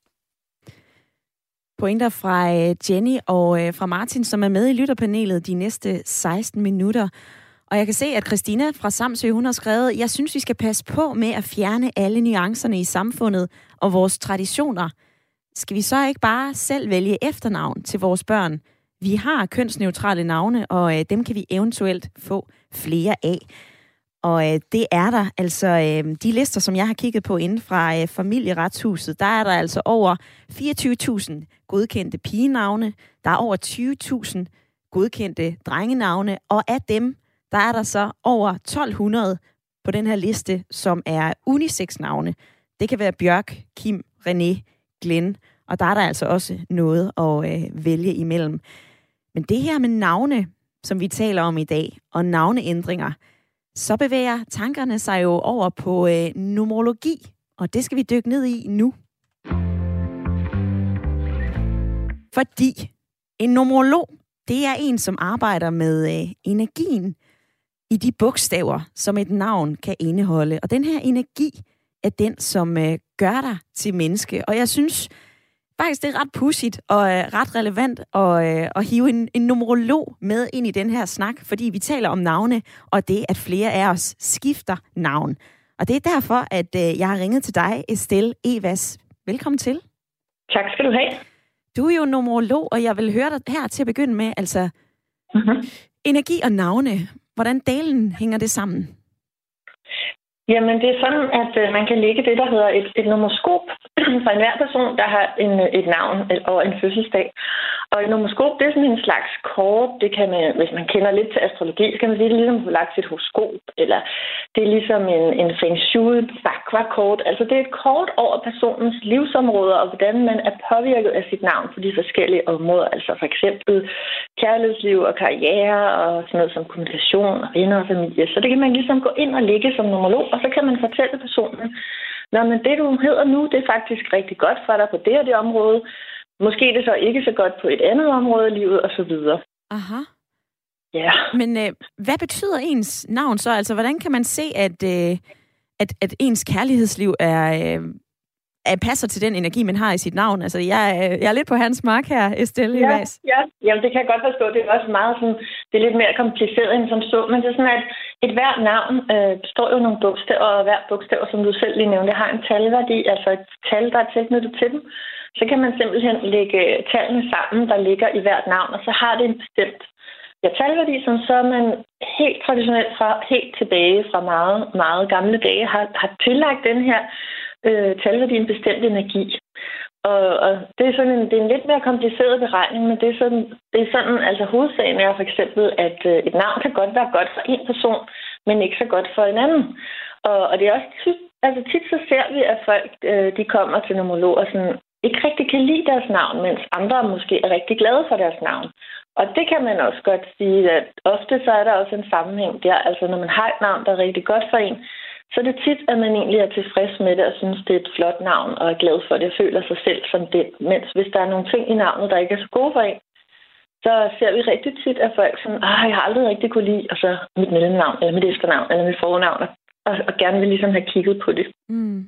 Pointer fra Jenny og fra Martin, som er med i lytterpanelet de næste seksten minutter. Og jeg kan se, at Christina fra Samsø, hun har skrevet, jeg synes, vi skal passe på med at fjerne alle nuancerne i samfundet og vores traditioner. Skal vi så ikke bare selv vælge efternavn til vores børn? Vi har kønsneutrale navne, og øh, dem kan vi eventuelt få flere af. Og øh, det er der altså, øh, de lister, som jeg har kigget på inden fra øh, Familieretshuset, der er der altså over fireogtyve tusind godkendte pigenavne, der er over tyve tusind godkendte drengenavne, og af dem, der er der så over tolv hundrede på den her liste, som er unisex-navne. Det kan være Bjørk, Kim, René, Glenn, og der er der altså også noget at øh, vælge imellem. Men det her med navne, som vi taler om i dag, og navneændringer, så bevæger tankerne sig jo over på øh, numerologi, og det skal vi dykke ned i nu. Fordi en numerolog, det er en, som arbejder med øh, energien i de bogstaver, som et navn kan indeholde. Og den her energi er den, som øh, gør dig til menneske. Og jeg synes faktisk, det er ret pudsigt og øh, ret relevant at, øh, at hive en, en numerolog med ind i den her snak, fordi vi taler om navne, og det, at flere af os skifter navn. Og det er derfor, at øh, jeg har ringet til dig, Estelle Evas. Velkommen til. Tak skal du have. Du er jo numerolog, og jeg vil høre dig her til at begynde med, altså mm-hmm. energi og navne. Hvordan delen hænger det sammen? Jamen, det er sådan, at øh, man kan lægge det, der hedder et, et nomoskop for enhver person, der har en, et navn og en fødselsdag. Og et nomoskop, det er sådan en slags kort. Det kan man, hvis man kender lidt til astrologi, så kan man sige, det er ligesom at få lagt sit horoskop. Eller det er ligesom en, en feng shui bakwa-kort. Altså, det er et kort over personens livsområder, og hvordan man er påvirket af sit navn på de forskellige områder. Altså for eksempel kærlighedsliv og karriere og sådan noget som kommunikation og venner og familie. Så det kan man ligesom gå ind og lægge som numerolog, og så kan man fortælle personen, nå, men det du hedder nu, det er faktisk rigtig godt for dig på det og det område. Måske er det så ikke så godt på et andet område i livet, og så videre. Aha. Ja. Men øh, hvad betyder ens navn så? Altså, hvordan kan man se, at, øh, at, at ens kærlighedsliv er, øh, er passer til den energi, man har i sit navn? Altså, jeg, øh, jeg er lidt på hans mark her, Estelle Evas. Ja, ja. Jamen, det kan jeg godt forstå. Det er også meget sådan, det er lidt mere kompliceret end som så, men det er sådan, at et hvert navn øh, består jo nogle bogstaver, og hvert bogstav, som du selv lige nævnte, har en talværdi, altså et tal, der er tilknyttet til dem. Så kan man simpelthen lægge tallene sammen, der ligger i hvert navn, og så har det en bestemt ja, talværdi, som så man helt traditionelt fra helt tilbage fra meget, meget gamle dage har, har tillagt den her øh, talværdi en bestemt energi. Og, og det er sådan en, det er en lidt mere kompliceret beregning, men det er sådan, det er sådan altså hovedsagen er for eksempel, at øh, et navn kan godt være godt for en person, men ikke så godt for en anden. Og, og det er også tit, altså tit så ser vi, at folk øh, de kommer til numerologer sådan ikke rigtig kan lide deres navn, mens andre måske er rigtig glade for deres navn. Og det kan man også godt sige, at ofte så er der også en sammenhæng der. Altså når man har et navn, der er rigtig godt for en, så er det tit, at man egentlig er tilfreds med det og synes, det er et flot navn og er glad for det og føler sig selv som det. Mens hvis der er nogle ting i navnet, der ikke er så gode for en, så ser vi rigtig tit, at folk sådan, ah, jeg har aldrig rigtig kunne lide, og så mit mellemnavn, eller mit efternavn, eller mit fornavn, og, og gerne vil ligesom have kigget på det. Mm.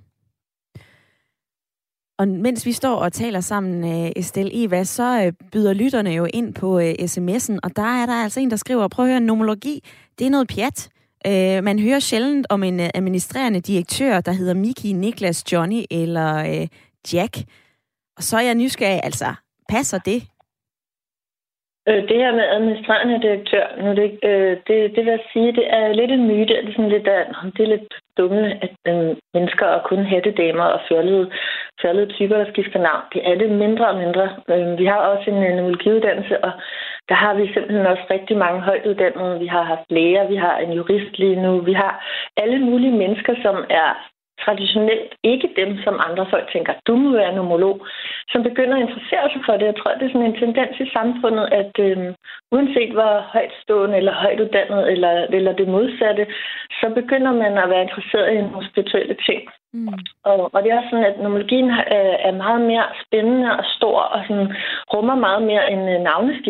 Og mens vi står og taler sammen, Estelle Eva, så byder lytterne jo ind på sms'en, og der er der altså en, der skriver, prøv at høre, numerologi, det er noget pjat. Man hører sjældent om en administrerende direktør, der hedder Miki, Niklas, Johnny eller Jack. Og så er jeg nysgerrig, altså, passer det? Det her med administrerende direktør, nu det, øh, det, det vil jeg sige, det er lidt en myte. Det er, sådan lidt, det er lidt dumme, at øh, mennesker og kun hættedamer og fjollede, fjollede typer, der skifter navn. Det er det mindre og mindre. Øh, vi har også en numerologiuddannelse, og der har vi simpelthen også rigtig mange højtuddannede. Vi har haft læger, vi har en jurist lige nu. Vi har alle mulige mennesker, som er traditionelt ikke dem, som andre folk tænker, du må være numerolog, som begynder at interessere sig for det. Jeg tror, det er sådan en tendens i samfundet, at øh, uanset hvor højtstående eller højtuddannet eller, eller det modsatte, så begynder man at være interesseret i nogle spirituelle ting. Mm. Og, og det er også sådan, at numerologien er, er meget mere spændende og stor og sådan, rummer meget mere en navneskift.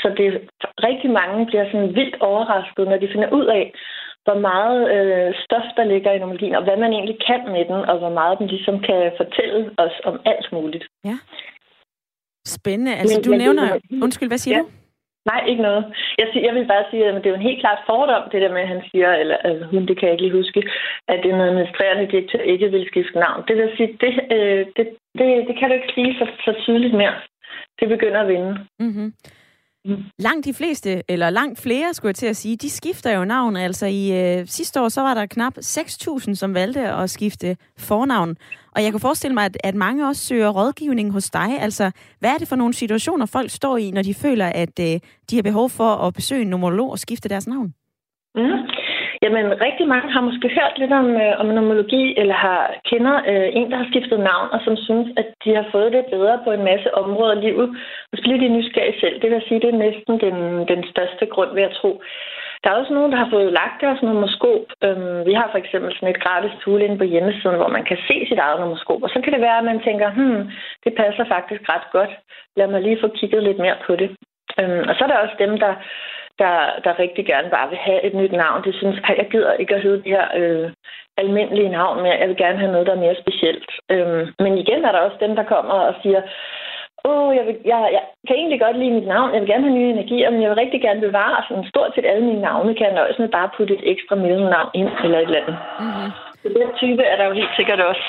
Så det rigtig mange bliver sådan vildt overrasket, når de finder ud af, hvor meget øh, stof, der ligger i numerologien, og hvad man egentlig kan med den, og hvor meget den ligesom kan fortælle os om alt muligt. Ja. Spændende. Altså, men, du nævner... Det, Undskyld, hvad siger ja. du? Nej, ikke noget. Jeg, siger, jeg vil bare sige, at det er jo en helt klart fordom, det der med, at han siger, eller altså, hun, det kan jeg ikke lige huske, at det er en administrerende direktør ikke vil skifte navn. Det vil sige, det, øh, det, det, det kan du ikke sige så, så tydeligt mere. Det begynder at vinde. Mm-hmm. Mm. Langt de fleste, eller langt flere, skulle jeg til at sige, de skifter jo navn. Altså i øh, sidste år, så var der knap seks tusind, som valgte at skifte fornavn. Og jeg kan forestille mig, at, at mange også søger rådgivning hos dig. Altså, hvad er det for nogle situationer, folk står i, når de føler, at øh, de har behov for at besøge en numerolog og skifte deres navn? Mm. Jamen, rigtig mange har måske hørt lidt om, øh, om numerologi, eller har kender øh, en, der har skiftet navn, og som synes, at de har fået det bedre på en masse områder i livet. Måske bliver de nysgerrige selv. Det vil sige, det er næsten den, den største grund, vil jeg tro. Der er også nogen, der har fået lagt deres numeroskop. Øhm, vi har for eksempel sådan et gratis tool inde på hjemmesiden, hvor man kan se sit eget numeroskop. Og så kan det være, at man tænker, hmm, det passer faktisk ret godt. Lad mig lige få kigget lidt mere på det. Øhm, og så er der også dem, der, der, der rigtig gerne bare vil have et nyt navn. De synes, at jeg gider ikke at hedde de her øh, almindelige navn mere. Jeg vil gerne have noget, der er mere specielt. Øhm, men igen er der også dem, der kommer og siger, åh, oh, jeg, vil, jeg, jeg kan egentlig godt lide mit navn. Jeg vil gerne have nye energier, men jeg vil rigtig gerne bevare sådan stort set alle mine navne. Kan jeg nøjes med bare putte et ekstra mellemnavn ind eller et eller andet. Mm-hmm. Så den type er der jo helt sikkert også.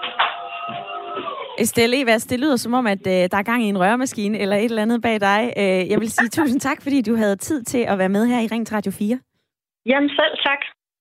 Estelle Evers, det lyder som om, at øh, der er gang i en røremaskine eller et eller andet bag dig. Øh, jeg vil sige tusind tak, fordi du havde tid til at være med her i Ring til Radio fire. Jamen selv tak.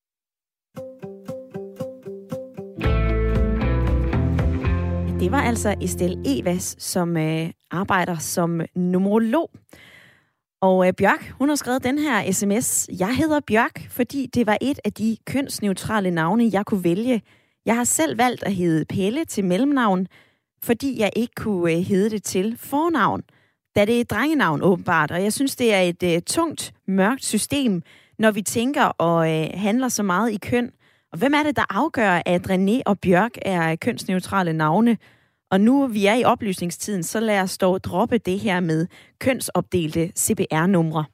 Det var altså Estelle Evers, som øh, arbejder som numerolog. Og øh, Bjørk, hun har skrevet den her sms. Jeg hedder Bjørk, fordi det var et af de kønsneutrale navne, jeg kunne vælge. Jeg har selv valgt at hedde Pelle til mellemnavn, fordi jeg ikke kunne øh, hedde det til fornavn. Da det er et drengenavn åbenbart, og jeg synes, det er et øh, tungt, mørkt system, når vi tænker og øh, handler så meget i køn. Og hvem er det, der afgør, at René og Bjørk er kønsneutrale navne? Og nu vi er i oplysningstiden, så lad os dog droppe det her med kønsopdelte C P R-numre.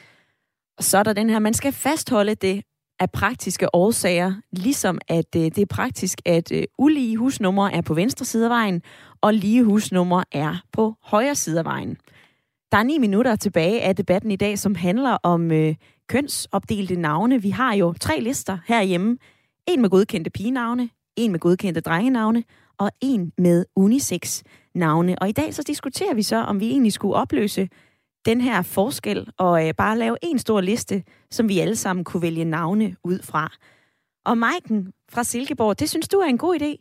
Og så er der den her, man skal fastholde det af praktiske årsager, ligesom at øh, det er praktisk, at øh, ulige husnumre er på venstre side af vejen, og lige husnumre er på højre side af vejen. Der er ni minutter tilbage af debatten i dag, som handler om øh, kønsopdelte navne. Vi har jo tre lister herhjemme. En med godkendte pigenavne, en med godkendte drengenavne, og en med unisex-navne. Og i dag så diskuterer vi så, om vi egentlig skulle opløse den her forskel, og øh, bare lave en stor liste, som vi alle sammen kunne vælge navne ud fra. Og Maiken fra Silkeborg, det synes du er en god idé?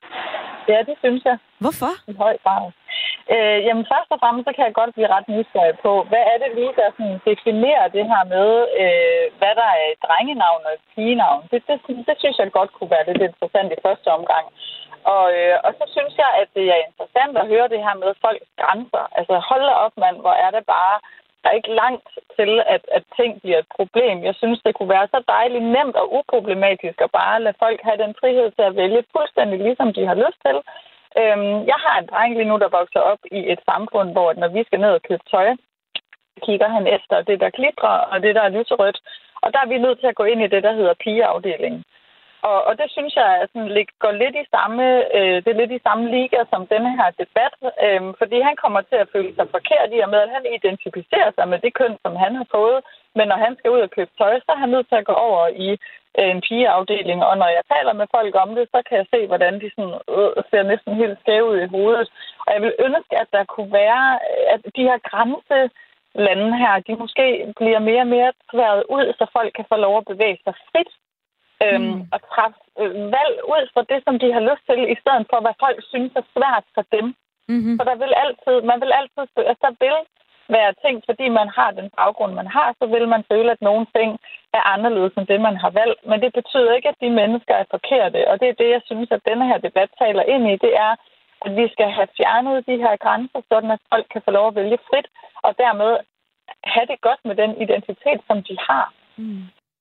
Ja, det synes jeg. Hvorfor? I høj grad. Øh, jamen først og fremmest, så kan jeg godt blive ret nysgerrig på, hvad er det lige, der sådan definerer det her med, øh, hvad der er et drengenavn og et pigenavn. Det, det, det synes jeg godt kunne være lidt interessant i første omgang. Og, øh, og så synes jeg, at det er interessant at høre det her med folks grænser. Altså hold op, mand, hvor er det bare, der er ikke langt til, at, at ting bliver et problem. Jeg synes, det kunne være så dejligt nemt og uproblematisk at bare lade folk have den frihed til at vælge fuldstændig ligesom de har lyst til. Øhm, jeg har en dreng lige nu, der vokser op i et samfund, hvor når vi skal ned og købe tøj, kigger han efter det, der glitrer og det, der er lyserødt. Og der er vi nødt til at gå ind i det, der hedder pigeafdelingen. Og, og det synes jeg sådan, går lidt i samme, øh, det er lidt i samme liga som denne her debat, øh, fordi han kommer til at føle sig forkert i og med, at han identificerer sig med det køn, som han har fået. Men når han skal ud og købe tøj, så er han nødt til at gå over i øh, en pigeafdeling. Og når jeg taler med folk om det, så kan jeg se, hvordan de sådan, øh, ser næsten helt skæve ud i hovedet. Og jeg vil ønske, at der kunne være, at de her grænselande her, de måske bliver mere og mere tværet ud, så folk kan få lov at bevæge sig frit. Øhm, mm. Og træffe øh, valg ud fra det, som de har lyst til, i stedet for, hvad folk synes er svært for dem. Mm-hmm. For der vil altid, man vil altid, altså der vil være ting, fordi man har den baggrund, man har, så vil man føle, at nogle ting er anderledes end det, man har valgt. Men det betyder ikke, at de mennesker er forkerte. Og det er det, jeg synes, at denne her debat taler ind i. Det er, at vi skal have fjernet de her grænser, sådan at folk kan få lov at vælge frit, og dermed have det godt med den identitet, som de har. Mm.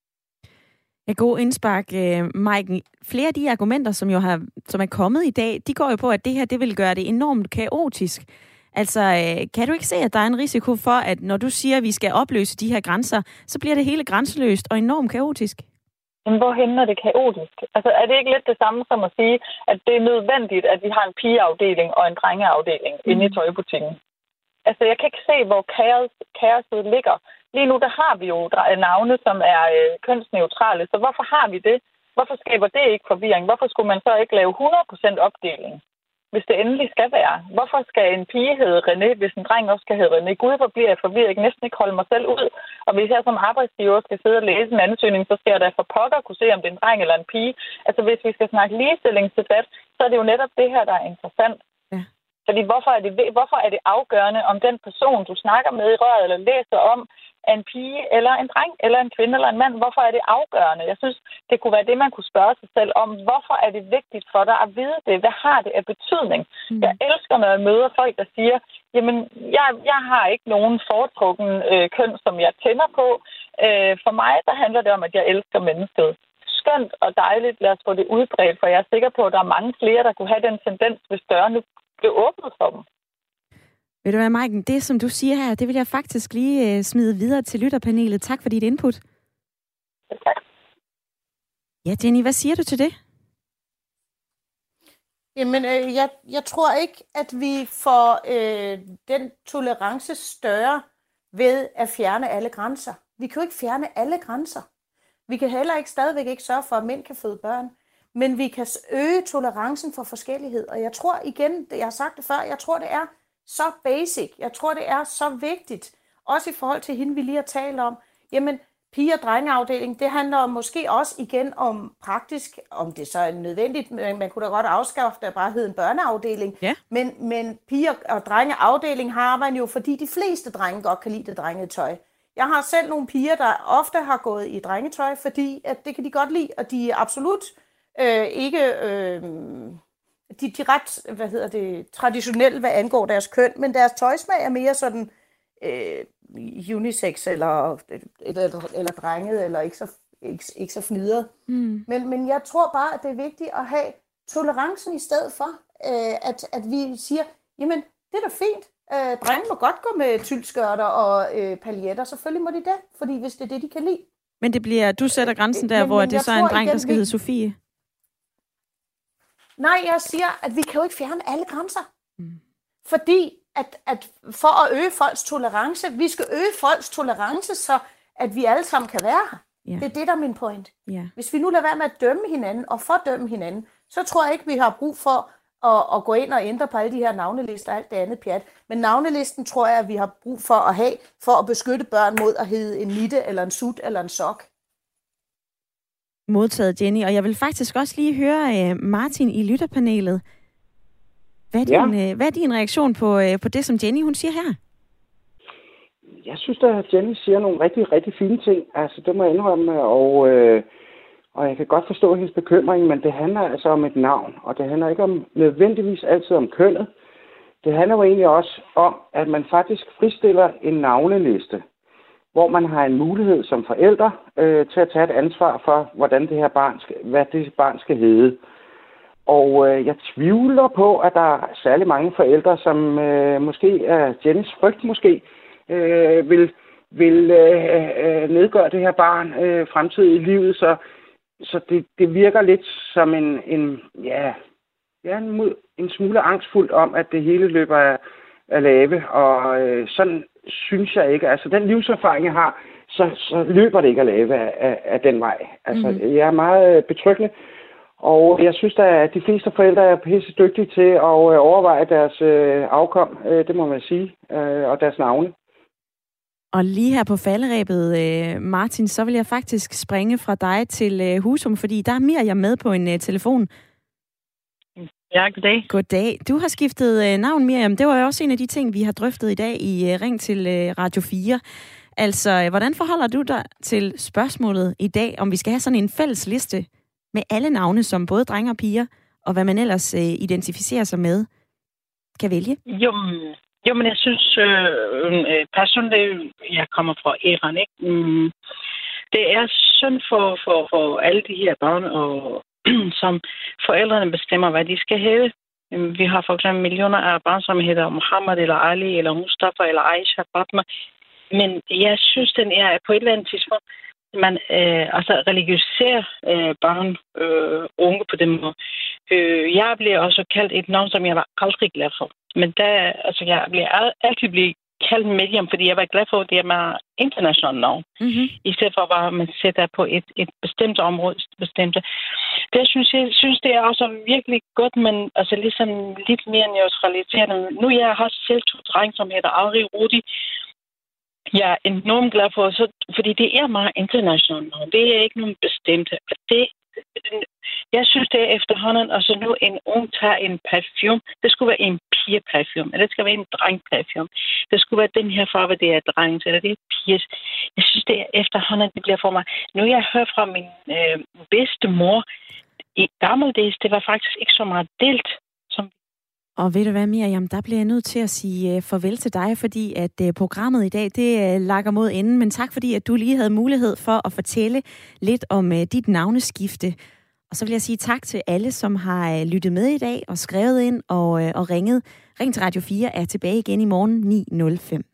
Ja, god indspark, Maiken. Flere af de argumenter, som jo har, som er kommet i dag, de går jo på, at det her det vil gøre det enormt kaotisk. Altså, øh, kan du ikke se, at der er en risiko for, at når du siger, at vi skal opløse de her grænser, så bliver det hele grænseløst og enormt kaotisk? Men hvorhen er det kaotisk? Altså, er det ikke lidt det samme som at sige, at det er nødvendigt, at vi har en pigeafdeling og en drengeafdeling mm. inde i tøjbutikken? Altså, jeg kan ikke se, hvor kaos, kaoset ligger. Lige nu, der har vi jo navne, som er øh, kønsneutrale, så hvorfor har vi det? Hvorfor skaber det ikke forvirring? Hvorfor skulle man så ikke lave hundrede procent opdeling, hvis det endelig skal være? Hvorfor skal en pige hedde René, hvis en dreng også skal hedde René? Gud, hvor bliver jeg forvirret. Jeg kan næsten ikke holde mig selv ud. Og hvis jeg som arbejdsgiver skal sidde og læse en ansøgning, så skal jeg da for pokker kunne se, om det er en dreng eller en pige. Altså, hvis vi skal snakke ligestillingsdebat, så er det jo netop det her, der er interessant. Ja. Fordi hvorfor er, det, hvorfor er det afgørende, om den person, du snakker med i røret eller læser om, er en pige eller en dreng eller en kvinde eller en mand? Hvorfor er det afgørende? Jeg synes, det kunne være det, man kunne spørge sig selv om. Hvorfor er det vigtigt for dig at vide det? Hvad har det af betydning? Mm. Jeg elsker, når jeg møder folk, der siger, jamen, jeg, jeg har ikke nogen foretrukken øh, køn, som jeg tænder på. Øh, for mig, der handler det om, at jeg elsker mennesket. Skønt og dejligt. Lad os få det udbredt, for jeg er sikker på, at der er mange flere, der kunne have den tendens, hvis dørene blev åbnet for dem. Ved du hvad, Maiken, det som du siger her, det vil jeg faktisk lige uh, smide videre til lytterpanelet. Tak for dit input. Tak. Ja, Jenny, hvad siger du til det? Jamen, øh, jeg, jeg tror ikke, at vi får øh, den tolerance større ved at fjerne alle grænser. Vi kan jo ikke fjerne alle grænser. Vi kan heller ikke stadigvæk ikke sørge for, at mænd kan føde børn. Men vi kan øge tolerancen for forskellighed. Og jeg tror igen, jeg har sagt det før, jeg tror, det er så basic. Jeg tror, det er så vigtigt. Også i forhold til hende, vi lige har talt om. Jamen, pige- og drengeafdeling, det handler om, måske også igen om praktisk, om det så er nødvendigt. Man kunne da godt afskaffe det og bare hedde en børneafdeling. Ja. Men, men pige- og drengeafdeling har man jo, fordi de fleste drenge godt kan lide det drengetøj. Jeg har selv nogle piger, der ofte har gået i drengetøj, fordi at det kan de godt lide, og de er absolut øh, ikke... Øh, De, de er ret, hvad hedder det, traditionelle, hvad angår deres køn, men deres tøjsmag er mere sådan øh, unisex, eller, eller, eller drenget, eller ikke så, ikke, ikke så fnidret. Mm. Men, men jeg tror bare, at det er vigtigt at have tolerancen i stedet for, øh, at, at vi siger, jamen, det er da fint. Øh, drenge må godt gå med tyldskørter og øh, paljetter, selvfølgelig må de det, fordi hvis det er det, de kan lide. Men det bliver, du sætter grænsen der, men, hvor men det så er en dreng, igen, der skal vi... hedde Sofie. Nej, jeg siger, at vi kan jo ikke fjerne alle grænser. Mm. Fordi at, at for at øge folks tolerance, vi skal øge folks tolerance, så at vi alle sammen kan være her. Yeah. Det er det, der er min point. Yeah. Hvis vi nu lader være med at dømme hinanden og fordømme hinanden, så tror jeg ikke, vi har brug for at, at gå ind og ændre på alle de her navnelister og alt det andet pjat. Men navnelisten tror jeg, at vi har brug for at have, for at beskytte børn mod at hedde en nitte, eller en sut, eller en sok. Modtaget, Jenny. Og jeg vil faktisk også lige høre uh, Martin i lytterpanelet. Hvad er, din, ja. uh, hvad er din reaktion på, uh, på det, som Jenny hun siger her? Jeg synes, at Jenny siger nogle rigtig, rigtig fine ting. Altså, det må jeg indrømme. Og, øh, og jeg kan godt forstå hendes bekymring, men det handler altså om et navn. Og det handler ikke om nødvendigvis altid om kønnet. Det handler jo egentlig også om, at man faktisk fristiller en navneliste, hvor man har en mulighed som forældre øh, til at tage et ansvar for, hvordan det her barn skal, hvad det barn skal hedde. Og øh, jeg tvivler på, at der er særlig mange forældre, som øh, måske er Jennys frygt måske, øh, vil, vil øh, øh, nedgøre det her barn øh, fremtidigt i livet. Så, så det, det virker lidt som en, en, ja, ja, en, en smule angstfuldt om, at det hele løber af, af lave. Og øh, sådan synes jeg ikke. Altså den livserfaring, jeg har, så, så løber det ikke af lave af, af, af den vej. Altså mm-hmm. jeg er meget betryggende. Og jeg synes, at de fleste forældre er pisse dygtige til at overveje deres øh, afkom, øh, det må man sige, øh, og deres navne. Og lige her på falderæbet, øh, Martin, så vil jeg faktisk springe fra dig til øh, Husum, fordi der er Miriam med på en øh, telefon. Ja, goddag. Goddag. Du har skiftet øh, navn, Miriam. Det var jo også en af de ting, vi har drøftet i dag i øh, Ring til øh, Radio fire. Altså, øh, hvordan forholder du dig til spørgsmålet i dag, om vi skal have sådan en fælles liste med alle navne, som både drenge og piger, og hvad man ellers øh, identificerer sig med, kan vælge? Jo, jo men jeg synes, øh, personligt, jeg kommer fra Iran, ikke? Mm, det er synd for, for, for alle de her børn, og, som forældrene bestemmer, hvad de skal have. Vi har for eksempel millioner af børn, som hedder Mohammed, eller Ali, eller Mustafa, eller Aisha, Fatma. Men jeg synes, den er på et eller andet tidspunkt, man øh, altså religiøsiserer øh, børn, øh, unge på den måde. Øh, jeg bliver også kaldt et navn, som jeg var aldrig glad for. Men der, altså, jeg bliver altid blive kaldt medium, fordi jeg var glad for, at det er meget internationalt navn. Mm-hmm. I stedet for, at man sætter på et, et bestemt område. Bestemte. Det synes jeg synes, det er også virkelig godt, men altså ligesom lidt mere neutraliserende. Nu jeg har selv to drenge, som hedder Ari Rudi. Jeg er enormt glad for, så, fordi det er meget internationalt navn. Det er ikke nogen bestemte. Det, jeg synes, det er efterhånden, altså nu en ung tager en parfume. Det skulle være en pigeparfume, eller det skal være en drengparfume. Det skulle være den her farve, det er drengs, eller det er piges. Jeg synes, det er efterhånden, det bliver for mig. Nu jeg hører fra min øh, bedste mor, i gammeldags, det var faktisk ikke så meget delt, som. Og ved du hvad, Miriam, der bliver jeg nødt til at sige uh, farvel til dig, fordi at uh, programmet i dag, det uh, lakker mod enden. Men tak, fordi at du lige havde mulighed for at fortælle lidt om uh, dit navneskifte. Og så vil jeg sige tak til alle, som har uh, lyttet med i dag og skrevet ind og, uh, og ringet. Ring til Radio fire er tilbage igen i morgen ni nul fem.